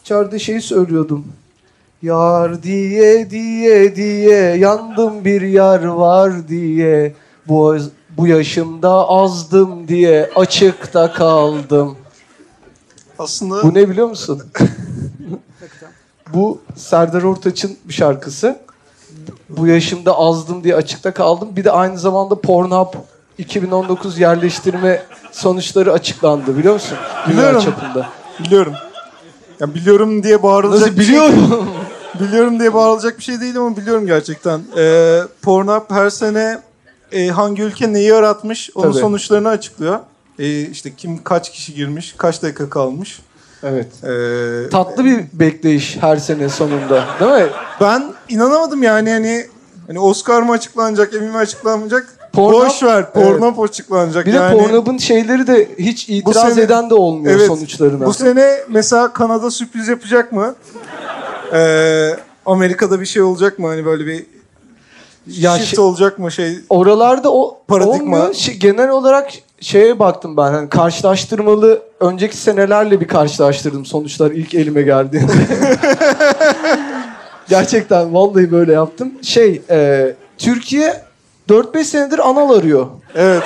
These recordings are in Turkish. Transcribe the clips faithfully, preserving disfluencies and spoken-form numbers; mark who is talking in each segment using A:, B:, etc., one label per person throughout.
A: içeride şeyi söylüyordum. Yar diye diye diye yandım bir yar var diye. Bu, bu yaşımda azdım diye açıkta kaldım.
B: Aslında...
A: Bu ne biliyor musun? Bu Serdar Ortaç'ın bir şarkısı. Bu yaşımda azdım diye açıkta kaldım. Bir de aynı zamanda Pornhub iki bin on dokuz yerleştirme sonuçları açıklandı biliyor musun?
B: Biliyorum.
A: Dünya çapında.
B: Biliyorum. Ya biliyorum diye bağırılacak
A: Nasıl
B: bir
A: biliyorum?
B: şey. Biliyorum diye bağırılacak bir şey değil ama biliyorum gerçekten. Ee, Pornhub her sene e, hangi ülke neyi yaratmış onun
A: Tabii.
B: sonuçlarını açıklıyor. E, işte kim kaç kişi girmiş, kaç dakika kalmış.
A: Evet.
B: Ee,
A: Tatlı bir bekleyiş her sene sonunda, değil mi?
B: Ben inanamadım yani hani hani Oscar mı açıklanacak, Emmy mi açıklanmayacak?
A: Pornhub,
B: boş ver, Pornhub
A: evet.
B: açıklanacak.
A: Bir
B: yani,
A: de Pornhub'ın şeyleri de hiç itiraz
B: sene,
A: eden de olmuyor
B: evet,
A: sonuçlarına.
B: Bu sene mesela Kanada sürpriz yapacak mı? Ee, Amerika'da bir şey olacak mı? Hani böyle bir
A: ya
B: shift
A: şey,
B: olacak mı şey?
A: Oralarda o
B: paradigma.
A: olmuyor. Şey, genel olarak şeye baktım ben. Hani karşılaştırmalı önceki senelerle bir karşılaştırdım sonuçlar ilk elime geldiğinde. Gerçekten vallahi böyle yaptım. Şey, e, Türkiye dört beş senedir anal arıyor.
B: Evet.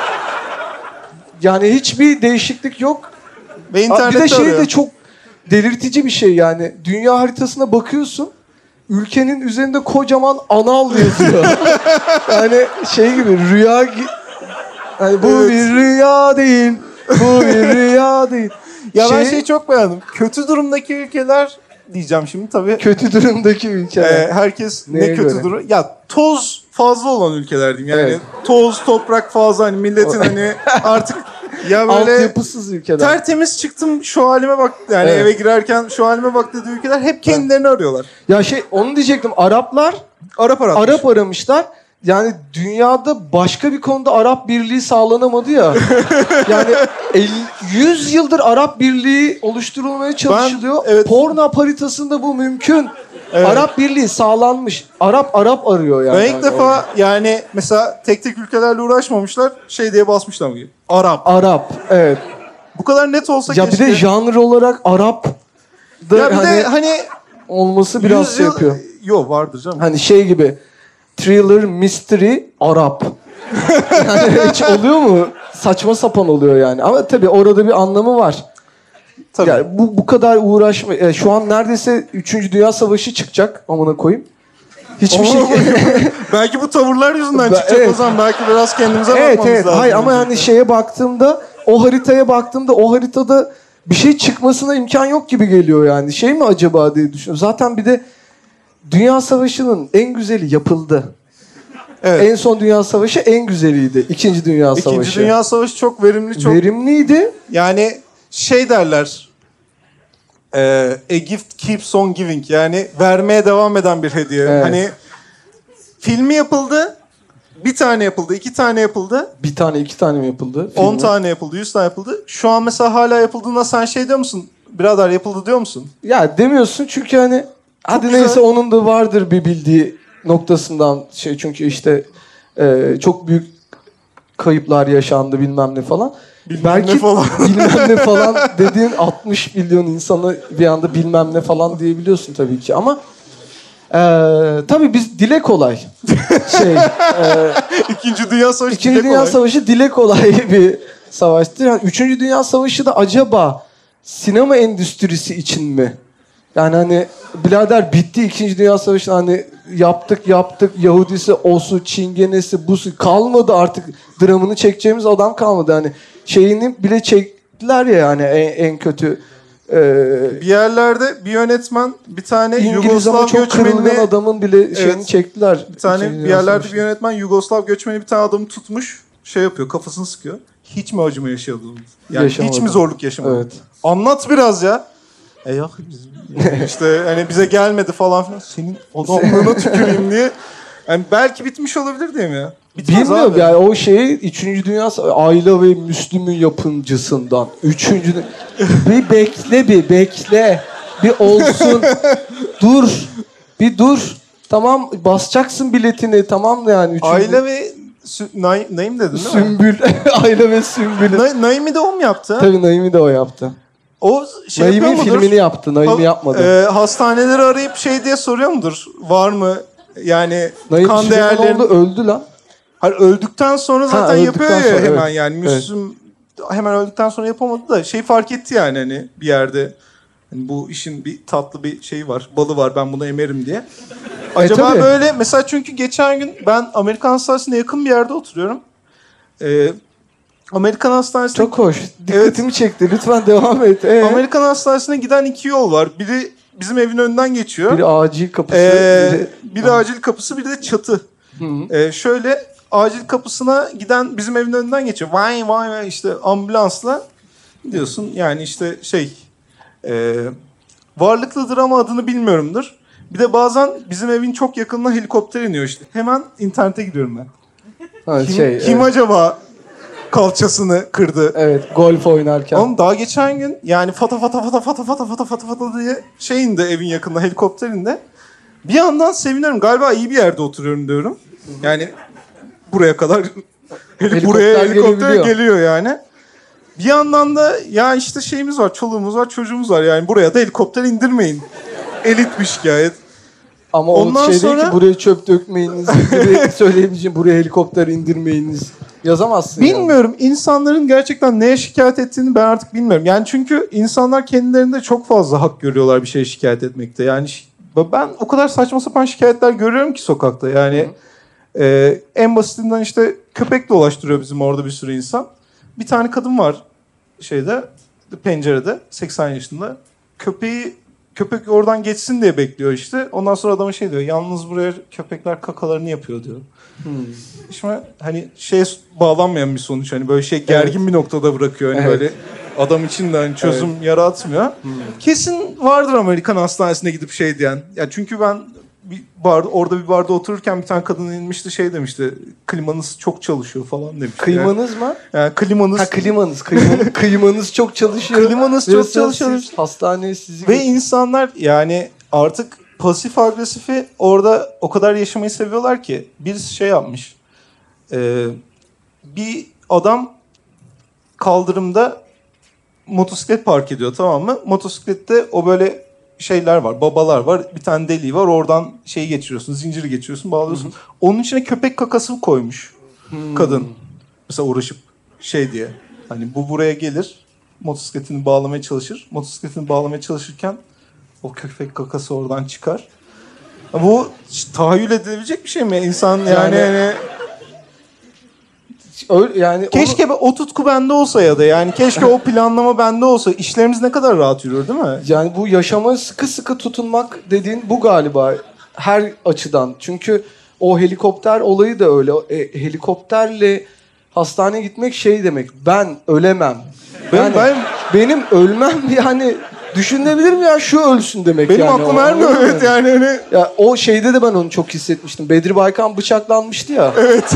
A: Yani hiçbir değişiklik yok.
B: Ve internette
A: bir de şey
B: arıyor.
A: de çok delirtici bir şey yani. Dünya haritasına bakıyorsun. Ülkenin üzerinde kocaman anal yazıyor. Yani şey gibi rüya gi- yani bu
B: Evet.
A: bir rüya değil. Bu bir rüya değil.
B: Ya
A: şey,
B: ben şeyi çok beğendim. Kötü durumdaki ülkeler diyeceğim şimdi tabii.
A: kötü durumdaki ülkeler.
B: Ee, herkes
A: Neye
B: ne kötü
A: göre?
B: durum. Ya toz fazla olan ülkeler diyeyim. Yani
A: Evet.
B: toz, toprak fazla hani milletin hani artık ya böyle
A: altyapısız ülkeler.
B: tertemiz çıktım şu halime bak yani
A: Evet.
B: eve girerken şu halime bak dediği ülkeler hep kendilerini arıyorlar.
A: Ya şey onu diyecektim. Araplar
B: Arap aratmış.
A: Arap aramışlar. Yani dünyada başka bir konuda Arap Birliği sağlanamadı ya. Yani yüz yıldır Arap Birliği oluşturulmaya çalışılıyor.
B: Ben, evet.
A: Porno haritasında bu mümkün.
B: Evet.
A: Arap Birliği sağlanmış. Arap Arap arıyor yani.
B: Ben ilk
A: yani
B: defa
A: orada.
B: yani mesela tek tek ülkelerle uğraşmamışlar şey diye basmışlar gibi. Arap.
A: Arap, evet.
B: Bu kadar net olsa
A: Ya
B: keşke.
A: bir de janr olarak Arap da
B: ya bir
A: hani,
B: de hani
A: olması biraz
B: yüz
A: şey
B: yıl-
A: yapıyor.
B: Yok vardır canım.
A: Hani şey gibi thriller, mystery, Arap. Yani hiç oluyor mu? Saçma sapan oluyor yani. Ama tabii orada bir anlamı var.
B: Tabii.
A: Yani bu bu kadar uğraşma. Yani şu an neredeyse üçüncü Dünya Savaşı çıkacak amına koyayım. Hiçbir şey.
B: Belki bu tavırlar yüzünden
A: Ben-
B: çıkacak
A: evet.
B: o zaman. Belki biraz kendimize
A: Evet
B: bakmamız
A: evet.
B: lazım.
A: Hayır ama
B: öncelikle.
A: yani şeye baktığımda, o haritaya baktığımda o haritada bir şey çıkmasına imkan yok gibi geliyor yani. Şey mi acaba diye düşünüyorum. Zaten bir de Dünya Savaşı'nın en güzeli yapıldı.
B: Evet.
A: En son Dünya Savaşı en güzeliydi. İkinci Dünya Savaşı.
B: İkinci Dünya Savaşı çok verimli, çok
A: verimliydi.
B: yani şey derler. E, a gift keeps on giving. Yani vermeye devam eden bir hediye.
A: Evet.
B: Hani filmi yapıldı. Bir tane yapıldı, iki tane yapıldı.
A: Bir tane iki tane mi yapıldı?
B: On
A: filmi?
B: tane yapıldı, yüz tane yapıldı. Şu an mesela hala yapıldığında sen şey diyor musun? Birader yapıldı diyor musun?
A: Ya demiyorsun çünkü hani hadi
B: güzel.
A: neyse onun da vardır bir bildiği noktasından şey, çünkü işte e, çok büyük kayıplar yaşandı bilmem ne falan.
B: Bilmem
A: Belki
B: ne falan.
A: bilmem ne falan dediğin altmış milyon insanı bir anda bilmem ne falan diyebiliyorsun tabii ki ama e, tabii biz dile kolay. şey e,
B: İkinci Dünya Savaşı
A: İkinci
B: dile
A: Dünya
B: kolay.
A: Savaşı dile kolay bir savaştır. Yani Üçüncü Dünya Savaşı da acaba sinema endüstrisi için mi? Yani hani birader bitti İkinci Dünya Savaşı, hani yaptık yaptık Yahudisi, osu, Çingenesi, busu kalmadı artık, dramını çekeceğimiz adam kalmadı. Hani şeyini bile çektiler ya yani en, en kötü. E,
B: Bir yerlerde bir yönetmen bir tane
A: İngiliz ama
B: Yugoslav
A: çok kırılgan
B: göçmenini
A: adamın bile şeyini
B: Evet.
A: çektiler.
B: bir tane
A: İkinci
B: bir
A: Dünya
B: yerlerde
A: Savaşı.
B: bir yönetmen Yugoslav göçmeni bir tane adamı tutmuş, şey yapıyor, kafasını sıkıyor. Hiç mi acıma yaşadınız? Yani
A: Yaşamadım.
B: hiç mi zorluk yaşamadın?
A: Evet.
B: Anlat biraz ya. E ya işte hani bize gelmedi falan filan. Senin adamlığına tüküreyim diye. Yani belki bitmiş olabilir değil mi ya? Bitmez
A: Bilmiyorum
B: abi.
A: yani o şeyi Üçüncü Dünya Savaşı, Ayla ve Müslüm'ün yapımcısından. Üçüncü bir bekle bir bekle. Bir olsun. Dur. Bir dur. Tamam basacaksın biletini, tamam da yani. Üçüncü...
B: Ayla ve Sü- Nay- Naim dedin değil mi?
A: Sümbül. Ayla ve Sümbül.
B: Na- Naim'i de o mu yaptı?
A: Tabii Naim'i de o yaptı.
B: O şey
A: Naim'in
B: yapıyor mudur?
A: filmini yaptı. Naim'i
B: Ha-
A: yapmadı.
B: E, hastaneleri arayıp şey diye soruyor mudur? Var mı? Yani
A: Naim
B: kan değerleri...
A: oldu, öldü lan.
B: Hayır, öldükten sonra zaten
A: öldükten
B: yapıyor ya
A: sonra,
B: hemen
A: evet.
B: yani. Müslüm hemen öldükten sonra yapamadı da şey fark etti yani hani bir yerde. Hani bu işin bir tatlı bir şeyi var. Balı var, ben bunu emerim diye. Acaba
A: tabii.
B: böyle mesela, çünkü geçen gün ben Amerikan Hastanesi'ne yakın bir yerde oturuyorum. Ee, Amerikan Hastanesi'ne...
A: Çok hoş. Dikkatimi
B: Evet.
A: çekti. Lütfen devam et. Ee?
B: Amerikan Hastanesi'ne giden iki yol var. Biri bizim evin önünden geçiyor.
A: Biri acil kapısı.
B: Ee,
A: biri...
B: biri acil kapısı, biri de çatı.
A: Hı.
B: Ee, şöyle acil kapısına giden bizim evin önünden geçiyor. Vay vay vay işte ambulansla diyorsun. Yani işte şey e, varlıklıdır ama adını bilmiyorumdur. Bir de bazen bizim evin çok yakınına helikopter iniyor işte. Hemen internete giriyorum ben.
A: Ha,
B: Kim,
A: şey,
B: kim
A: evet.
B: acaba kalçasını kırdı?
A: Evet, golf oynarken.
B: Oğlum daha geçen gün yani fata fata fata fata fata fata fata fata diye şey indi evin yakınında, helikopter indi. Bir yandan seviniyorum. Galiba iyi bir yerde oturuyorum diyorum. Yani buraya kadar
A: Helikopter
B: buraya helikopter
A: gelebiliyor.
B: geliyor yani. Bir yandan da ya işte şeyimiz var, çoluğumuz var, çocuğumuz var. Yani buraya da helikopter indirmeyin. Elit bir şikayet.
A: Ama
B: Ondan
A: o şey
B: sonra-
A: değil ki buraya çöp dökmeyiniz gibi söyleyebileceğim, buraya helikopter indirmeyiniz. Yazamazsın yani.
B: Bilmiyorum. İnsanların gerçekten neye şikayet ettiğini ben artık bilmiyorum. Yani çünkü insanlar kendilerinde çok fazla hak görüyorlar bir şeye şikayet etmekte. Yani şi- ben o kadar saçma sapan şikayetler görüyorum ki sokakta. Yani e, en basitinden işte köpek dolaştırıyor bizim orada bir sürü insan. Bir tane kadın var şeyde, pencerede, seksen yaşında. Köpeği köpek oradan geçsin diye bekliyor işte. Ondan sonra adama şey diyor. Yalnız buraya köpekler kakalarını yapıyor diyor.
A: Hmm.
B: Şimdi hani şeye bağlanmayan bir sonuç, hani böyle şey gergin bir noktada bırakıyor, hani
A: Evet.
B: böyle adam için de hani çözüm yaratmıyor. Kesin vardır Amerikan Hastanesi'ne gidip şey diyen. Ya çünkü ben bir bar, orada bir barda otururken bir tane kadın inmişti, şey demişti. Klimanız çok çalışıyor falan demişti.
A: Kıymanız mı?
B: Yani, yani klimanız
A: Ha, klimanız. Kıymanız, kıymanız çok çalışıyor.
B: Klimanız çok
A: Diyorsanız
B: çalışıyor.
A: siz hastaneye sizi...
B: ve insanlar yani artık pasif agresifi orada o kadar yaşamayı seviyorlar ki birisi şey yapmış. Ee, bir adam kaldırımda motosiklet park ediyor, tamam mı? Motosiklette o böyle şeyler var, babalar var. Bir tane deliği var, oradan şeyi geçiriyorsun, zinciri geçiriyorsun, bağlıyorsun. Hı hı. Onun içine köpek kakası koymuş hmm. kadın. Mesela uğraşıp şey diye. Hani bu buraya gelir, motosikletini bağlamaya çalışır. Motosikletini bağlamaya çalışırken o köpek kakası oradan çıkar. Bu tahayyül edilebilecek bir şey mi? İnsan yani...
A: Yani-
B: yani
A: Öyle, yani
B: keşke
A: onu,
B: o tutku bende olsa ya da yani keşke o planlama bende olsa. İşlerimiz ne kadar rahat yürür değil mi?
A: yani bu yaşama sıkı sıkı tutunmak dediğin bu galiba her açıdan. Çünkü o helikopter olayı da öyle. E, helikopterle hastaneye gitmek şey demek. Ben ölemem.
B: Ben-
A: Yani
B: ben-
A: benim ölmem yani düşünebilir mi ya, şu ölsün demek
B: Benim
A: yani.
B: aklım
A: O,
B: ermiyor,
A: anladın
B: evet
A: mı?
B: yani hani.
A: Ya o şeyde de ben onu çok hissetmiştim. Bedri Baykam bıçaklanmıştı ya.
B: Evet.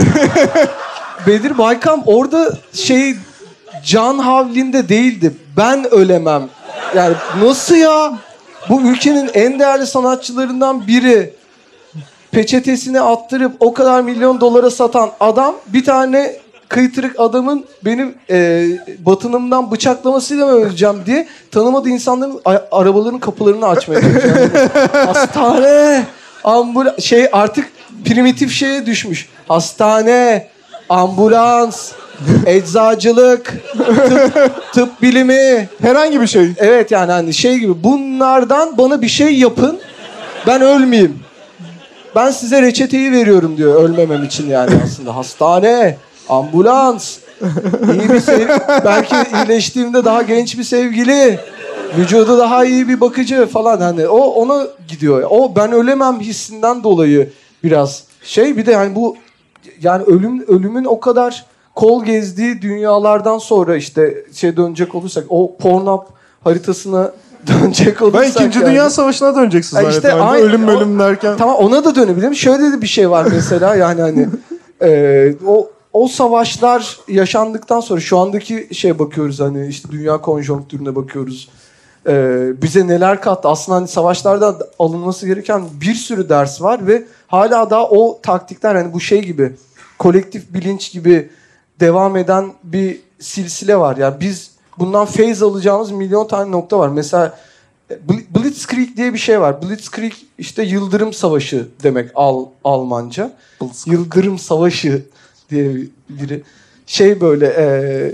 A: Bedir Baykam orada şey can havlinde değildi. Ben ölemem. Yani nasıl ya? Bu ülkenin en değerli sanatçılarından biri, peçetesini attırıp o kadar milyon dolara satan adam, bir tane kıytırık adamın benim e, batınımdan bıçaklamasıyla mı öleceğim diye tanımadığı insanların a- arabaların kapılarını açmaya çalışıyor. Yani hastane, ambulans, şey artık primitif şeye düşmüş. Hastane, ambulans, eczacılık, tıp, tıp bilimi.
B: Herhangi bir şey.
A: Evet yani hani şey gibi, bunlardan bana bir şey yapın, ben ölmeyeyim. Ben size reçeteyi veriyorum diyor ölmemem için yani aslında. Hastane, ambulans, iyi bir sev belki iyileştiğimde daha genç bir sevgili, vücudu daha iyi bir bakıcı falan, hani o ona gidiyor. O ben ölemem hissinden dolayı biraz şey, bir de hani bu yani ölüm ölümün o kadar kol gezdiği dünyalardan sonra işte şey dönecek olursak, o Pornhub haritasına dönecek olursak.
B: Ben İkinci
A: yani.
B: Dünya Savaşı'na döneceksin
A: Ha
B: zaten.
A: işte
B: Hani
A: aynı-
B: ölüm
A: o-
B: ölüm derken.
A: Tamam, ona da dönebilirim. Şöyle de bir şey var mesela yani hani e, o o savaşlar yaşandıktan sonra şu andaki şeye bakıyoruz, hani işte dünya konjonktürüne bakıyoruz. E, bize neler kattı. Aslında hani savaşlarda alınması gereken bir sürü ders var ve hala daha o taktikler, hani bu şey gibi kolektif bilinç gibi devam eden bir silsile var. Yani biz bundan feyz alacağımız milyon tane nokta var. Mesela Blitzkrieg diye bir şey var. Blitzkrieg işte yıldırım savaşı demek Al Almanca. Blitzkrieg. Yıldırım savaşı diye biri. Şey böyle e,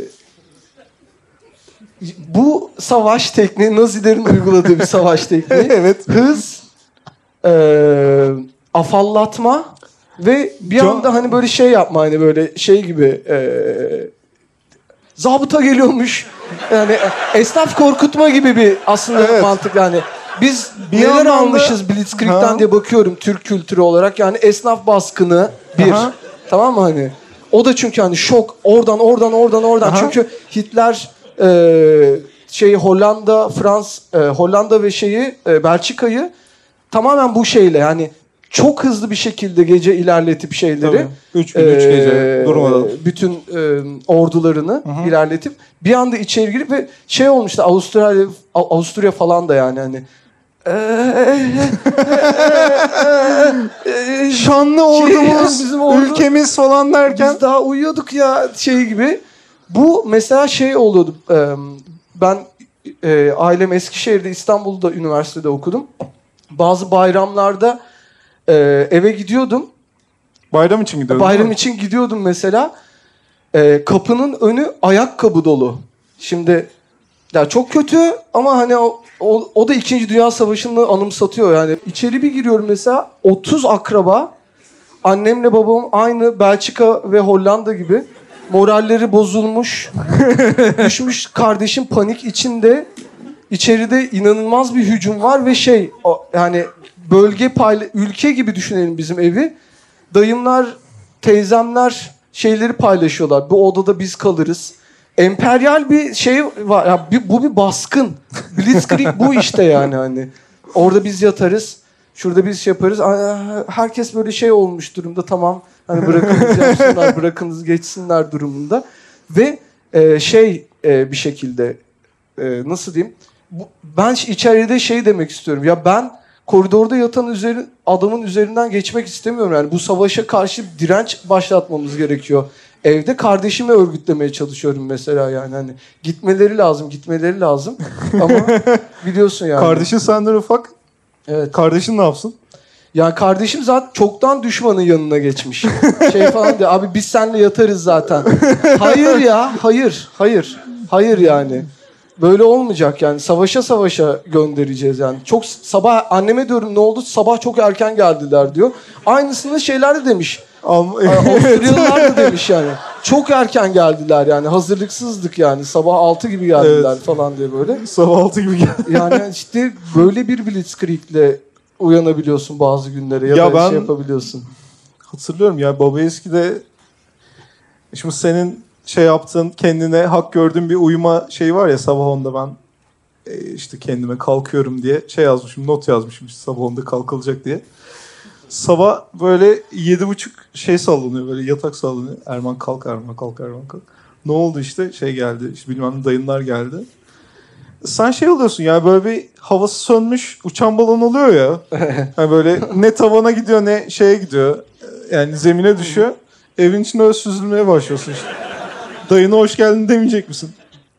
A: bu savaş tekniği Nazilerin uyguladığı bir savaş tekniği.
B: Evet.
A: Hız, e, afallatma ve bir John... anda hani böyle şey yapma, hani böyle şey gibi e, zabıta geliyormuş. Yani esnaf korkutma gibi bir aslında evet. mantık yani. Biz bir neler almışız Blitzkrieg'den diye bakıyorum Türk kültürü olarak. Yani esnaf baskını bir. Aha. Tamam mı hani? O da çünkü hani şok oradan oradan oradan oradan. Aha. Çünkü Hitler e, şeyi Hollanda, Frans, e, Hollanda ve şeyi e, Belçika'yı tamamen bu şeyle yani çok hızlı bir şekilde gece ilerletip şeyleri
B: üç gün üç gece durmadan
A: bütün e, ordularını Hı-hı. ilerletip bir anda içeri girip ve şey olmuştu Avustralya Avusturya falan da yani hani
B: şanlı ordumuz şey, bizim ordu, ülkemiz falan derken
A: biz daha uyuyorduk ya şey gibi. Bu mesela şey oluyordu. Ben e, ailem Eskişehir'de, İstanbul'da üniversitede okudum. Bazı bayramlarda e, eve gidiyordum.
B: Bayram için gidiyordum.
A: Bayram için gidiyordum mesela. E, kapının önü ayakkabı dolu. Şimdi ya çok kötü ama hani o, o, o da İkinci Dünya Savaşı'nı anımsatıyor yani. İçeri bir giriyorum mesela otuz akraba. Annemle babam aynı Belçika ve Hollanda gibi. Moralleri bozulmuş. Düşmüş kardeşim panik içinde. İçeride inanılmaz bir hücum var ve şey yani bölge payla ülke gibi düşünelim bizim evi. Dayımlar, teyzemler şeyleri paylaşıyorlar. Bu odada biz kalırız. Emperyal bir şey var. Ya bu bir baskın. Blitzkrieg bu işte yani hani. Orada biz yatarız. Şurada biz şey yaparız. Herkes böyle şey olmuş durumda. Tamam. Hani bırakınız yapsınlar, bırakınız geçsinler durumunda. Ve e, şey e, bir şekilde e, nasıl diyeyim? Bu, ben içeride şey demek istiyorum. Ya ben koridorda yatan üzeri, adamın üzerinden geçmek istemiyorum. Yani bu savaşa karşı direnç başlatmamız gerekiyor. Evde kardeşimi örgütlemeye çalışıyorum mesela yani. Hani gitmeleri lazım, gitmeleri lazım. Ama biliyorsun yani.
B: Kardeşin senden ufak.
A: Evet.
B: Kardeşin ne yapsın?
A: Yani kardeşim zaten çoktan düşmanın yanına geçmiş. Şey falan diyor. Abi biz seninle yatarız zaten. Hayır ya. Hayır. Hayır. Hayır yani. Böyle olmayacak yani. Savaşa savaşa göndereceğiz yani. Çok sabah anneme diyorum ne oldu? Sabah çok erken geldiler diyor. Aynısını şeyler de demiş. Avusturyalılar da demiş yani. Çok erken geldiler yani. Hazırlıksızdık yani. Sabah altı gibi geldiler evet. falan diye böyle.
B: Sabah altı gibi geldiler.
A: Yani işte böyle bir Blitzkrieg'le uyanabiliyorsun bazı günlere ya, ya da ben şey yapabiliyorsun.
B: Hatırlıyorum ya Baba Eski'de şimdi senin şey yaptığın kendine hak gördüğün bir uyuma şeyi var ya sabah onda ben e, işte kendime kalkıyorum diye şey yazmışım not yazmışım işte sabah onda kalkılacak diye. Sabah böyle yedi buçuk şey sallanıyor böyle yatak sallanıyor. Erman kalk Erman kalk Erman kalk. Ne oldu işte şey geldi işte bilmem ne dayınlar geldi. Sen şey oluyorsun ya böyle bir havası sönmüş uçan balon oluyor ya. Yani böyle ne tavana gidiyor ne şeye gidiyor. Yani zemine düşüyor. Evin içinde öyle süzülmeye başlıyorsun işte. Dayına hoş geldin demeyecek misin?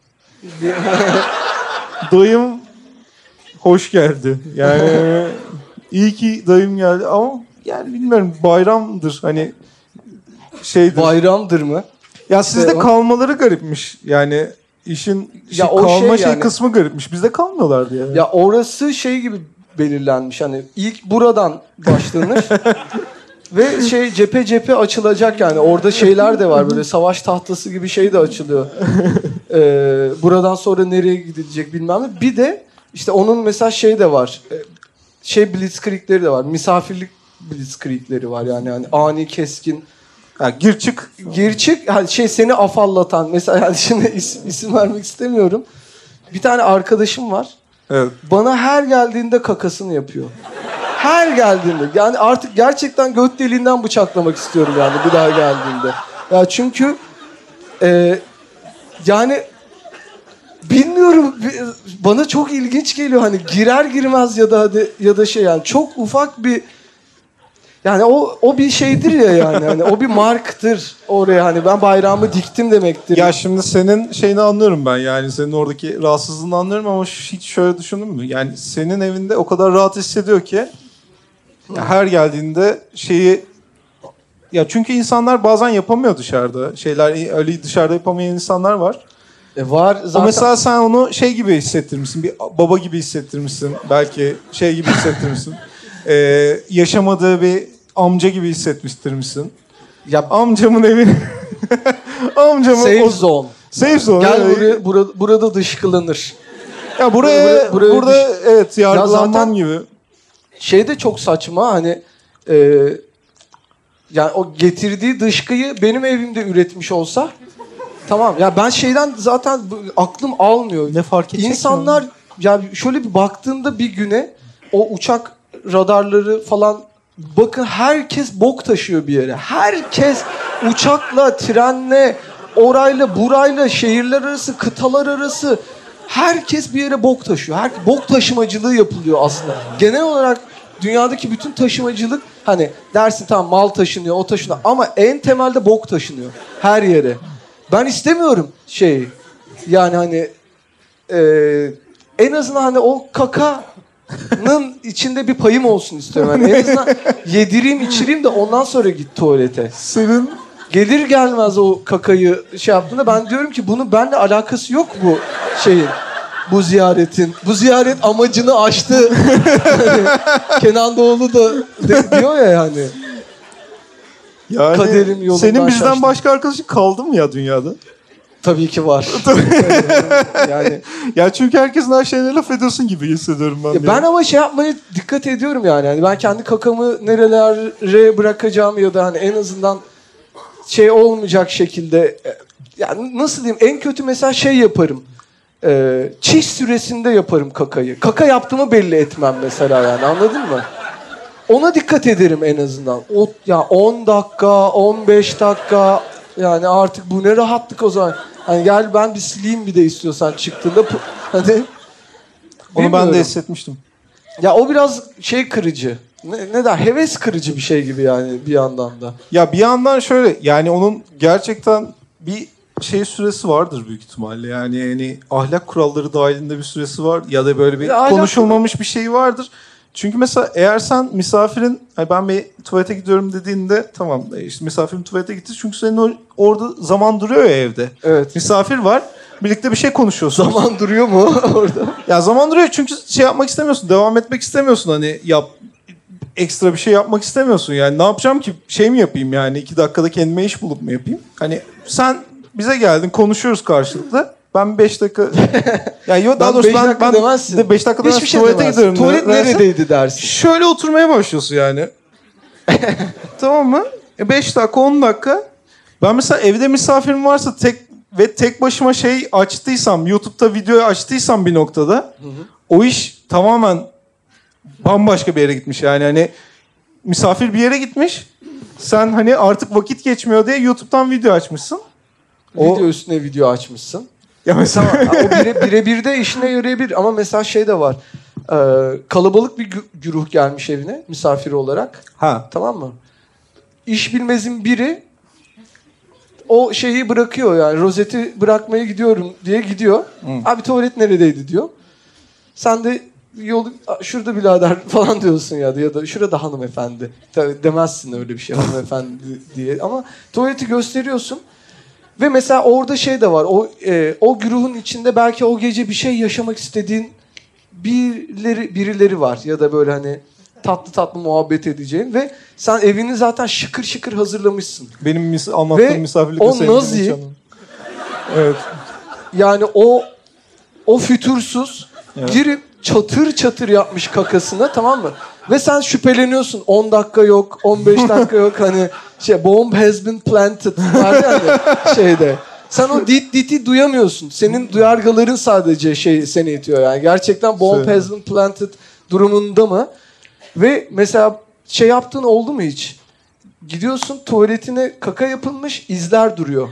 B: Dayım hoş geldi. Yani iyi ki dayım geldi ama yani bilmiyorum bayramdır hani şeydir.
A: Bayramdır mı?
B: Ya sizde işte kalmaları garipmiş. Yani işin ya şey, kalma şey, şey yani, kısmı garipmiş. Bizde kalmıyorlardı yani.
A: Ya orası şey gibi belirlenmiş. Hani ilk buradan başlanır. Ve şey cephe cephe açılacak yani. Orada şeyler de var böyle savaş tahtası gibi şey de açılıyor. Ee, buradan sonra nereye gidilecek bilmem ne. Bir de işte onun mesela şey de var. Şey blitzkriegleri de var. Misafirlik blitzkriegleri var yani. Yani ani keskin.
B: Yani gir çık.
A: Gir çık. Yani şey seni afallatan. Mesela yani şimdi isim, isim vermek istemiyorum. Bir tane arkadaşım var.
B: Evet.
A: Bana her geldiğinde kakasını yapıyor. Her geldiğinde. Yani artık gerçekten göt deliğinden bıçaklamak istiyorum yani bir daha geldiğinde. Ya çünkü e, yani bilmiyorum bana çok ilginç geliyor hani girer girmez ya da hadi ya da şey yani çok ufak bir Yani o o bir şeydir ya yani. Hani o bir marktır oraya, hani ben bayrağımı diktim demektir.
B: Ya şimdi senin şeyini anlıyorum ben, yani senin oradaki rahatsızlığını anlıyorum ama hiç şöyle düşündün mü? Yani senin evinde o kadar rahat hissediyor ki ya her geldiğinde şeyi, ya çünkü insanlar bazen yapamıyor dışarıda. Şeyler öyle dışarıda yapamayan insanlar var.
A: E var zaten.
B: O mesela sen onu şey gibi hissettirmişsin. Bir baba gibi hissettirmişsin. Belki şey gibi hissettirmişsin. ee, yaşamadığı bir amca gibi hissetmiştirmişsin.
A: Ya
B: amcamın evi. amcamın
A: safe
B: o...
A: zone.
B: Safe zone.
A: Gel
B: evet.
A: buraya, burada, burada dışkılanır.
B: Ya buraya,
A: Buraya- buraya
B: burada
A: düş-
B: evet yargılanman
A: zaten-
B: gibi.
A: Şey de çok saçma hani e, yani o getirdiği dışkıyı benim evimde üretmiş olsa tamam ya, ben şeyden zaten bu- aklım almıyor.
B: Ne fark edecek
A: İnsanlar ya şöyle bir baktığında bir güne o uçak radarları falan, bakın herkes bok taşıyor bir yere. Herkes uçakla, trenle, orayla, burayla, şehirler arası, kıtalar arası herkes bir yere bok taşıyor. Her, bok taşımacılığı yapılıyor aslında. Genel olarak dünyadaki bütün taşımacılık, hani dersin tamam mal taşınıyor, o taşınıyor ama en temelde bok taşınıyor her yere. Ben istemiyorum şey yani hani e, en azından hani o kakanın içinde bir payım olsun istiyorum. Yani en azından yedireyim içireyim de ondan sonra git tuvalete.
B: Senin
A: Gelir gelmez o kakayı şey yaptığında ben diyorum ki bunun benimle alakası yok bu şeyin. Bu ziyaretin. Bu ziyaret amacını aştı. Hani Kenan Doğulu da de, diyor ya yani.
B: yani
A: Kaderim yolundan
B: senin bizden
A: şaştım.
B: başka arkadaşın kaldı mı ya dünyada?
A: Tabii ki var. yani
B: Ya çünkü herkesin her şeyine laf ediyorsun gibi hissediyorum ben.
A: ya ben ama şey yapmaya dikkat ediyorum yani. Yani ben kendi kakamı nerelere bırakacağımı ya da hani en azından şey olmayacak şekilde, yani nasıl diyeyim, en kötü mesela şey yaparım. Ee, çiş süresinde yaparım kakayı. Kaka yaptığımı belli etmem mesela, yani anladın mı? Ona dikkat ederim en azından. O ya on dakika, on beş dakika, yani artık bu ne rahatlık o zaman. Hani gel ben bir sileyim bir de istiyorsan çıktığında hani
B: Onu ben
A: bilmiyorum.
B: de hissetmiştim.
A: Ya o biraz şey kırıcı. Ne, ne der? Heves kırıcı bir şey gibi yani bir yandan da.
B: Ya bir yandan şöyle, yani onun gerçekten bir şey süresi vardır büyük ihtimalle. Yani yani ahlak kuralları dahilinde bir süresi var ya da böyle bir
A: Ya ahlak-
B: konuşulmamış bir şey vardır. Çünkü mesela eğer sen misafirin, hani ben bir tuvalete gidiyorum dediğinde tamam işte misafirin tuvalete gitti çünkü senin o, orada zaman duruyor ya evde.
A: Evet.
B: Misafir var. Birlikte bir şey konuşuyorsunuz.
A: Zaman duruyor mu orada?
B: Ya zaman duruyor çünkü şey yapmak istemiyorsun. Devam etmek istemiyorsun, hani yap ekstra bir şey yapmak istemiyorsun. Yani ne yapacağım ki? Şey mi yapayım yani? iki dakikada kendime iş bulup mu yapayım? Hani sen bize geldin, konuşuyoruz karşılıklı. Ben beş dakika... ya yo, daha
A: Ben
B: doğrusu
A: beş
B: ben,
A: dakika
B: ben
A: demezsin.
B: de beş dakika
A: Hiçbir şey
B: tuvalete
A: demezsin.
B: gidiyorum.
A: Tuvalet
B: dersin.
A: neredeydi dersin.
B: Şöyle oturmaya başlıyorsun yani. Tamam mı? E beş dakika, on dakika. Ben mesela evde misafirim varsa tek ve tek başıma şey açtıysam, YouTube'da videoyu açtıysam bir noktada, hı hı, o iş tamamen bambaşka bir yere gitmiş. Yani hani misafir bir yere gitmiş. Sen hani artık vakit geçmiyor diye YouTube'dan video açmışsın.
A: Video
B: O-
A: üstüne video açmışsın.
B: Ya mesela
A: Ha, o bire, birebir de işine yarayabilir ama mesela şey de var. Ee, kalabalık bir gü- güruh gelmiş evine misafir olarak.
B: ha.
A: Tamam mı? İş bilmezin biri o şeyi bırakıyor, yani rozeti bırakmaya gidiyorum diye gidiyor.
B: Hı.
A: Abi tuvalet neredeydi diyor. Sen de yol şurada birader falan diyorsun ya da ya da şurada hanımefendi. Tabii demezsin öyle bir şey hanımefendi diye ama tuvaleti gösteriyorsun. Ve mesela orada şey de var. O e, o güruhun içinde belki o gece bir şey yaşamak istediğin birileri birileri var ya da böyle hani tatlı tatlı muhabbet edeceğin ve sen evini zaten şıkır şıkır hazırlamışsın.
B: Benim mis- anlattığım
A: Ve
B: misafirlikte
A: o
B: sevdiğim
A: Nazi-
B: hiç anlamadım. Evet.
A: Yani o o fütursuz
B: Evet.
A: girip çatır çatır yapmış kakasını, tamam mı? Ve sen şüpheleniyorsun. on dakika yok, on beş dakika yok, hani şey bomb has been planted var yani şeyde. Sen o dit diti duyamıyorsun. Senin duyargaların sadece şey seni itiyor yani. Gerçekten bomb
B: Şey-
A: has been planted durumunda mı? Ve mesela şey yaptığın oldu mu hiç? Gidiyorsun tuvaletine kaka yapılmış, izler duruyor.